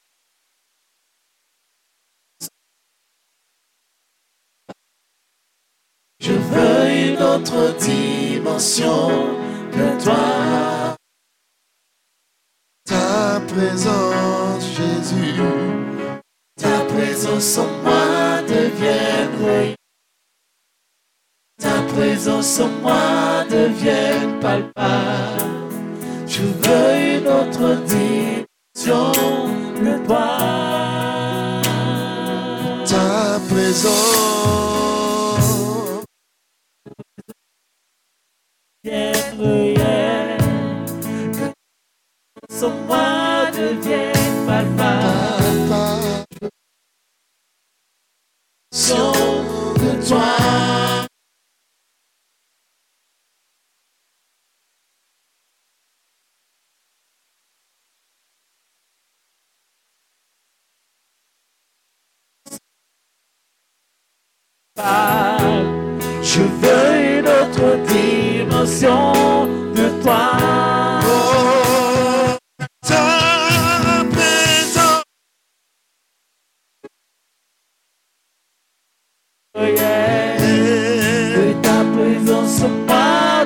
Je veux une autre dimension que toi. Ta présence, Jésus, ta présence en moi devienne. Ta présence en moi devienne palpable. Je veux une autre dimension que toi. Ta présence. Sans moi devienne palpable. Son de toi. Je veux une autre dimension de toi. Oh, ta présence. Oh yeah. Que ta présence en moi.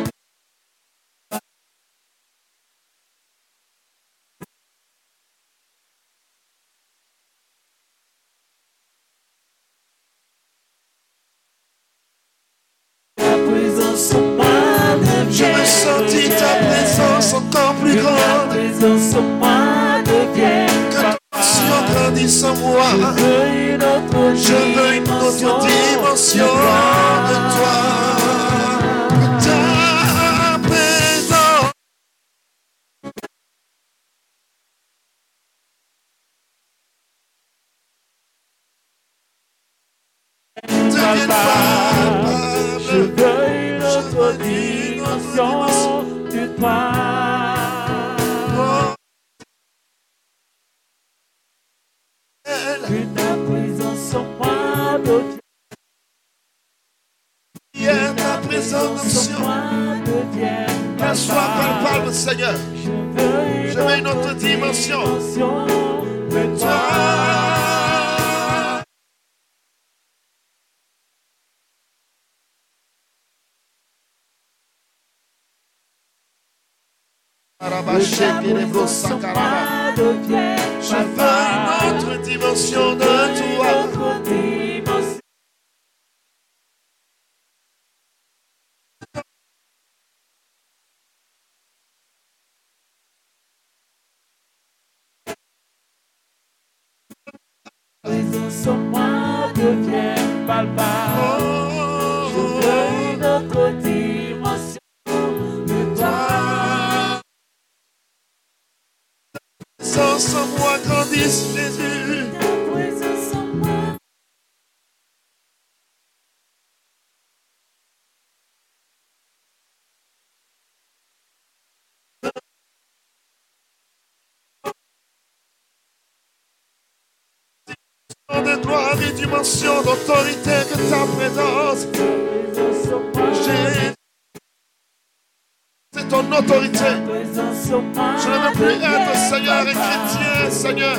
Je veux sentir ta présence encore plus grande. Que ta présence en moi devienne. Que ta passion grandisse en moi. Je veux une autre dimension de toi. Que ta présence. Devienne palpable. Je veux une autre dimension de toi. Que ta présence en moi devienne. Que ta présence en moi devienne. Qu'elle soit palpable, Seigneur. Je veux une autre dimension de toi. Je veux une autre dimension de toi. Présence en moi devient palpable. Je veux une autre dimension de toi. Présence en moi grandisse Jésus. Ta présence en moi. De gloire et dimension d'autorité que ta présence. J'ai c'est ton autorité. Je ne veux plus être Seigneur et chrétien, Seigneur.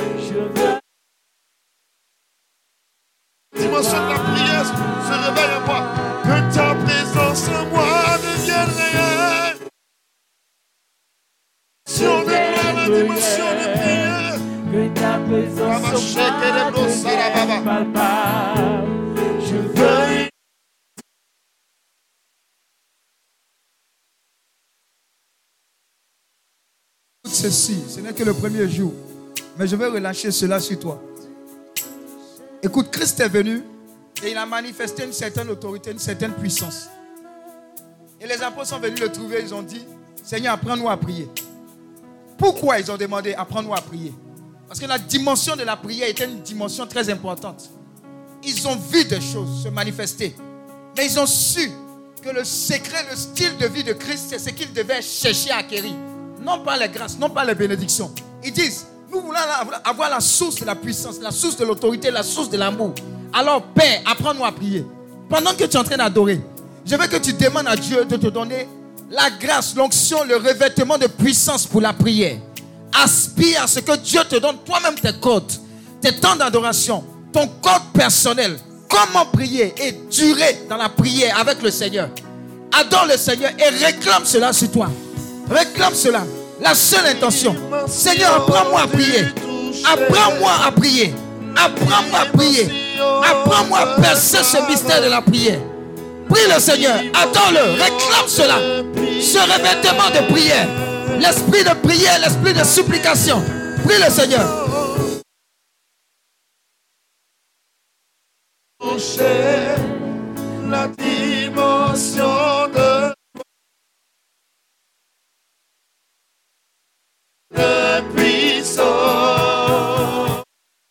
Dimension de la prière se réveille en moi. Que ta présence en moi devienne réelle. Dimension de gloire, la dimension de prière. Que ta présence en moi devienne palpable. Je veux une Ceci, ce n'est que le premier jour, mais je vais relâcher cela sur toi. Écoute, Christ est venu et il a manifesté une certaine autorité, une certaine puissance. Et les apôtres sont venus le trouver, ils ont dit, Seigneur, apprends-nous à prier. Pourquoi ils ont demandé, apprends-nous à prier? Parce que la dimension de la prière était une dimension très importante. Ils ont vu des choses se manifester, mais ils ont su que le secret, le style de vie de Christ, c'est ce qu'ils devaient chercher à acquérir. Non pas les grâces, non pas les bénédictions. Ils disent, nous voulons avoir la source de la puissance, la source de l'autorité, la source de l'amour. Alors Père, apprends-nous à prier. Pendant que tu es en train d'adorer, je veux que tu demandes à Dieu de te donner la grâce, l'onction, le revêtement de puissance pour la prière. Aspire à ce que Dieu te donne toi-même tes codes, tes temps d'adoration, ton code personnel. Comment prier et durer dans la prière avec le Seigneur. Adore le Seigneur et réclame cela sur toi. Réclame cela. La seule intention. Seigneur, apprends-moi à prier. Apprends-moi à prier. Apprends-moi à prier. Apprends-moi à percer ce mystère de la prière. Prie le Seigneur. Adore-le. Réclame cela. Ce revêtement de prière. L'esprit de prière, l'esprit de supplication. Prie le Seigneur. La dimension de de puissance.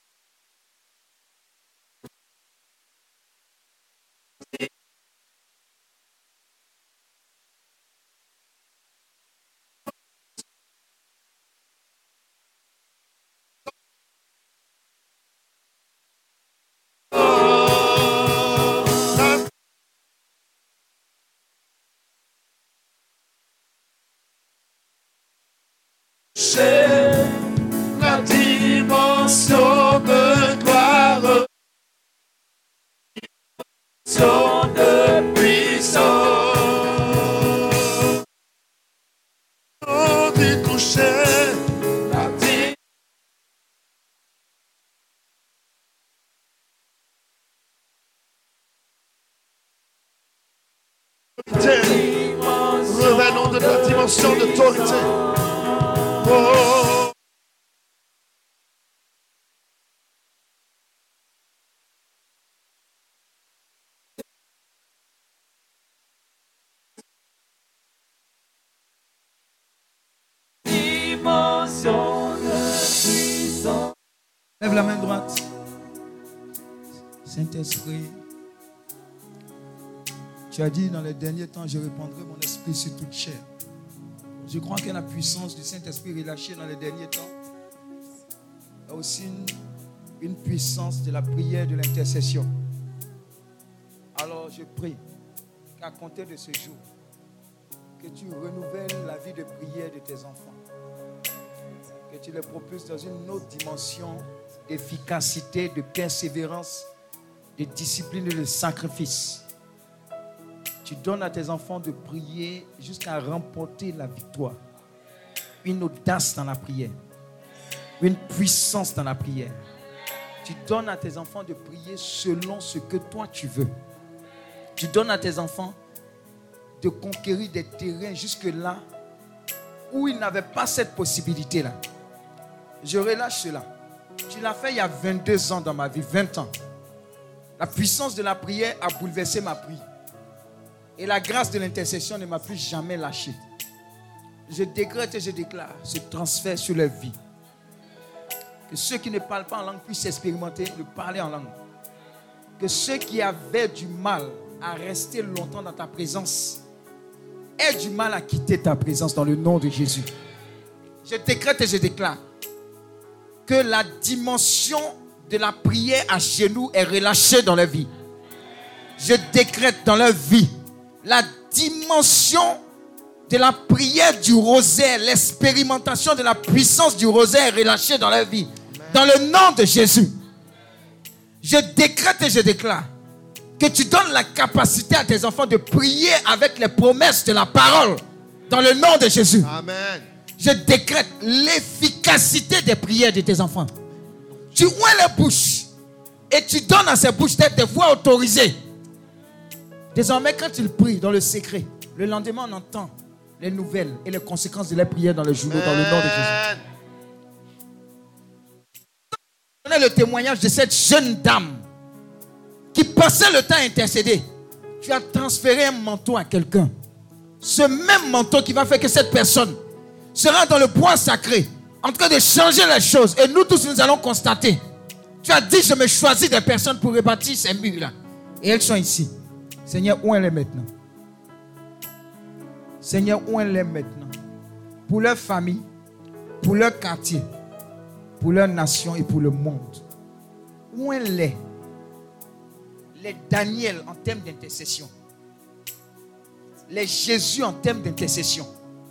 C'est la dimension de gloire, dimension de puissance. Oh, du coucher, la dimension. Revenons de la dimension d'autorité. Oh. dimension de puissance. Lève la main droite. Saint-Esprit, tu as dit dans les derniers temps, je répandrai mon esprit sur toute chair. Je crois que la puissance du Saint-Esprit relâchée dans les derniers temps a aussi une, une puissance de la prière, de l'intercession. Alors je prie qu'à compter de ce jour, que tu renouvelles la vie de prière de tes enfants. Que tu les propulses dans une autre dimension d'efficacité, de persévérance, de discipline et de sacrifice. Tu donnes à tes enfants de prier jusqu'à remporter la victoire. une audace dans la prière, une puissance dans la prière. Tu donnes à tes enfants de prier selon ce que toi tu veux. Tu donnes à tes enfants de conquérir des terrains jusque-là où ils n'avaient pas cette possibilité-là. Je relâche cela. Tu l'as fait il y a vingt-deux ans dans ma vie, vingt ans. La puissance de la prière a bouleversé ma vie. Et la grâce de l'intercession ne m'a plus jamais lâché. Je décrète et je déclare ce transfert sur leur vie. Que ceux qui ne parlent pas en langue puissent expérimenter le parler en langue. Que ceux qui avaient du mal à rester longtemps dans ta présence aient du mal à quitter ta présence dans le nom de Jésus. Je décrète et je déclare que la dimension de la prière à genoux est relâchée dans leur vie. Je décrète dans leur vie la dimension de la prière du rosaire, l'expérimentation de la puissance du rosaire est relâchée dans leur vie. Dans le nom de Jésus. Je décrète et je déclare que tu donnes la capacité à tes enfants de prier avec les promesses de la parole. Dans le nom de Jésus. Amen. Je décrète l'efficacité des prières de tes enfants. Tu ouins les bouches et tu donnes à ces bouches d'être des voix autorisées. Désormais, quand ils prient dans le secret, le lendemain, on entend les nouvelles et les conséquences de leurs prières dans le journaux, dans le nom de Jésus. On a le témoignage de cette jeune dame qui passait le temps à intercéder. Tu as transféré un manteau à quelqu'un. Ce même manteau qui va faire que cette personne sera dans le bois sacré, en train de changer les choses. Et nous tous, nous allons constater. Tu as dit, je me choisis des personnes pour rebâtir ces murs-là. Et elles sont ici. Seigneur, où elles sont maintenant? Seigneur, où elles sont maintenant? Pour leur famille, pour leur quartier, pour leur nation et pour le monde. Où elles sont? Les Daniel en termes d'intercession. Les Jésus en termes d'intercession.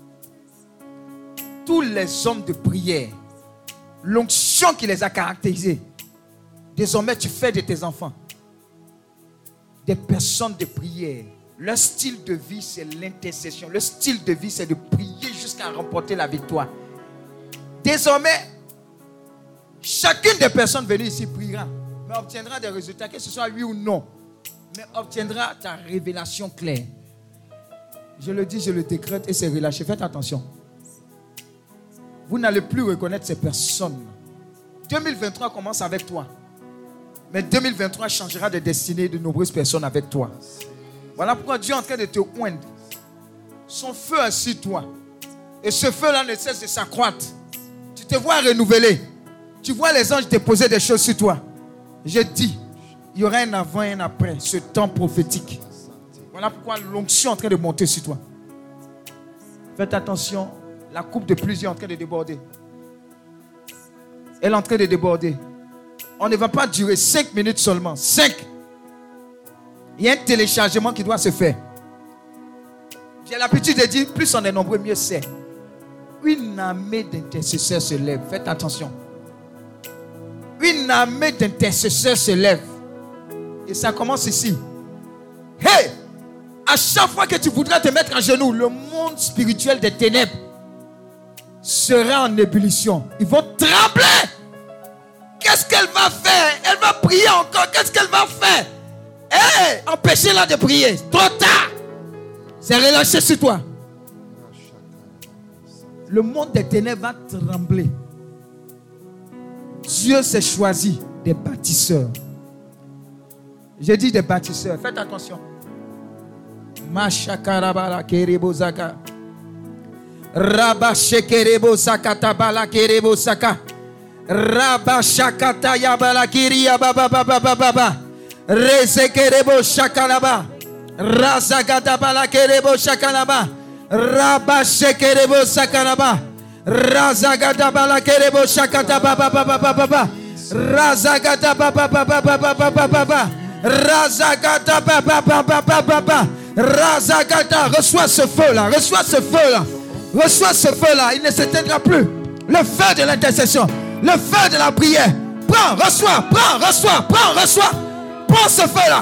Tous les hommes de prière, l'onction qui les a caractérisés. Désormais, tu fais de tes enfants des personnes de prière. Leur style de vie, c'est l'intercession. Le style de vie, c'est de prier jusqu'à remporter la victoire. Désormais, chacune des personnes venues ici priera, mais obtiendra des résultats, que ce soit oui ou non, mais obtiendra ta révélation claire. Je le dis, je le décrète et c'est relâché. Faites attention. Vous n'allez plus reconnaître ces personnes. deux mille vingt-trois commence avec toi. Mais deux mille vingt-trois changera de destinée de nombreuses personnes avec toi. Voilà pourquoi Dieu est en train de te oindre. Son feu est sur toi. Et ce feu-là ne cesse de s'accroître. Tu te vois renouveler. Tu vois les anges déposer des choses sur toi. Je dis, il y aura un avant et un après, ce temps prophétique. Voilà pourquoi l'onction est en train de monter sur toi. Faites attention. La coupe de plusieurs est en train de déborder. Elle est en train de déborder. On ne va pas durer cinq minutes seulement. cinq. Il y a un téléchargement qui doit se faire. J'ai l'habitude de dire, plus on est nombreux, mieux c'est. Une armée d'intercesseurs se lève. Faites attention. Une armée d'intercesseurs se lève. Et ça commence ici. Hey! À chaque fois que tu voudras te mettre à genoux, le monde spirituel des ténèbres sera en ébullition. Ils vont trembler. Qu'est-ce qu'elle va faire? Elle va prier encore. Qu'est-ce qu'elle va faire? Hey, empêchez-la de prier. Trop tard. C'est relâché sur toi. Le monde des ténèbres va trembler. Dieu s'est choisi des bâtisseurs. J'ai dit des bâtisseurs. Faites attention. Mashakarabala kerebo zaka. Rabba shekerebo sakata bala kerebo saka. Rabba shakata yabala kiria baba baba baba baba. Resekerebo shakalaba. Razagata bala kerebo shakalaba. Rabba shekerebo sakalaba. Razagata bala kerebo shakata baba baba baba baba. Razagata baba baba baba baba baba. Razagata baba baba baba baba. Razagata, reçois ce feu-là, reçois ce feu-là, reçois ce feu-là, il ne s'éteindra plus. Le feu de l'intercession, le feu de la prière. Prends, reçois, prends, reçois, prends, reçois. Prends ce feu-là.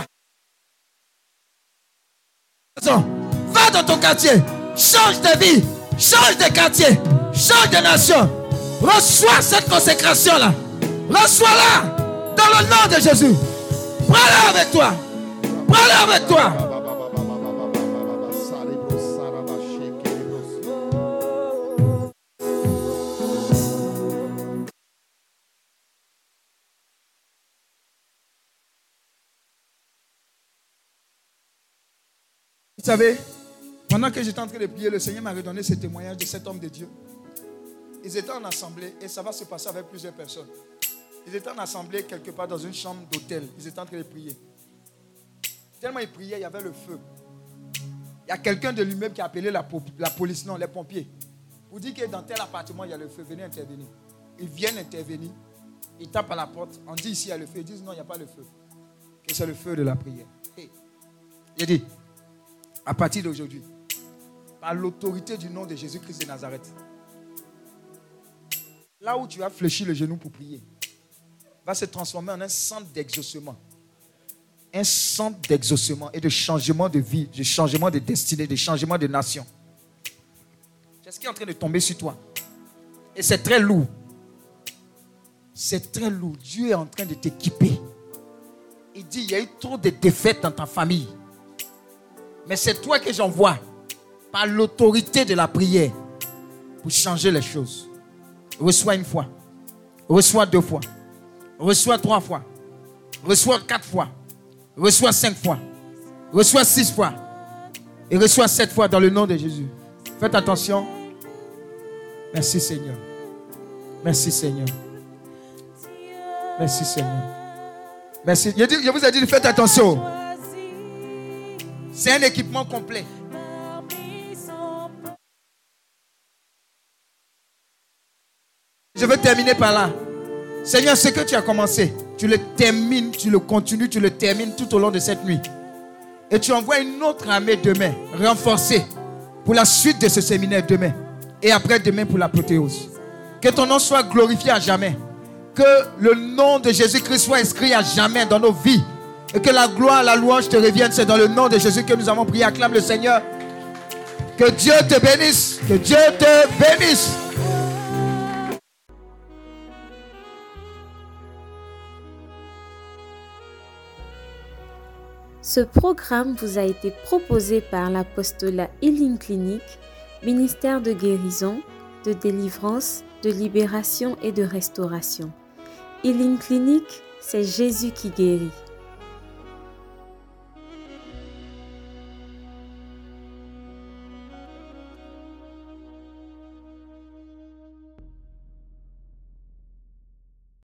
Va dans ton quartier, change de vie, change de quartier, change de nation. Reçois cette consécration-là. Reçois-la dans le nom de Jésus. Prends-la avec toi. Prends-la avec toi. Vous savez, pendant que j'étais en train de prier, le Seigneur m'a redonné ce témoignage de cet homme de Dieu. Ils étaient en assemblée et ça va se passer avec plusieurs personnes. Ils étaient en assemblée quelque part dans une chambre d'hôtel. Ils étaient en train de prier. Tellement ils priaient, il y avait le feu. Il y a quelqu'un de l'immeuble qui a appelé la, la police, non, les pompiers. Pour dire que dans tel appartement, il y a le feu. Venez intervenir. Ils viennent intervenir. Ils tapent à la porte. On dit ici, il y a le feu. Ils disent non, il n'y a pas le feu. Et c'est le feu de la prière. Hey. J'ai dit, à partir d'aujourd'hui, par l'autorité du nom de Jésus-Christ de Nazareth, là où tu as fléchi le genou pour prier, va se transformer en un centre d'exaucement. Un centre d'exaucement et de changement de vie, de changement de destinée, de changement de nation. C'est ce qui est en train de tomber sur toi. Et c'est très lourd. C'est très lourd. Dieu est en train de t'équiper. Il dit, il y a eu trop de défaites dans ta famille. Mais c'est toi que j'envoie par l'autorité de la prière pour changer les choses. Reçois une fois. Reçois deux fois. Reçois trois fois. Reçois quatre fois. Reçois cinq fois. Reçois six fois. Et reçois sept fois dans le nom de Jésus. Faites attention. Merci Seigneur. Merci Seigneur. Merci Seigneur. Merci. Je, dis, je vous ai dit, faites attention. C'est un équipement complet. Je veux terminer par là. Seigneur, ce que tu as commencé, tu le termines, tu le continues, tu le termines tout au long de cette nuit. Et tu envoies une autre armée demain, renforcée, pour la suite de ce séminaire demain. Et après demain pour l'apothéose. Que ton nom soit glorifié à jamais. Que le nom de Jésus-Christ soit inscrit à jamais dans nos vies. Et que la gloire, la louange te revienne. C'est dans le nom de Jésus que nous avons prié. Acclame le Seigneur. Que Dieu te bénisse. Que Dieu te bénisse. Ce programme vous a été proposé par l'Apostolat Healing Clinic, ministère de guérison, de délivrance, de libération et de restauration. Healing Clinic, c'est Jésus qui guérit.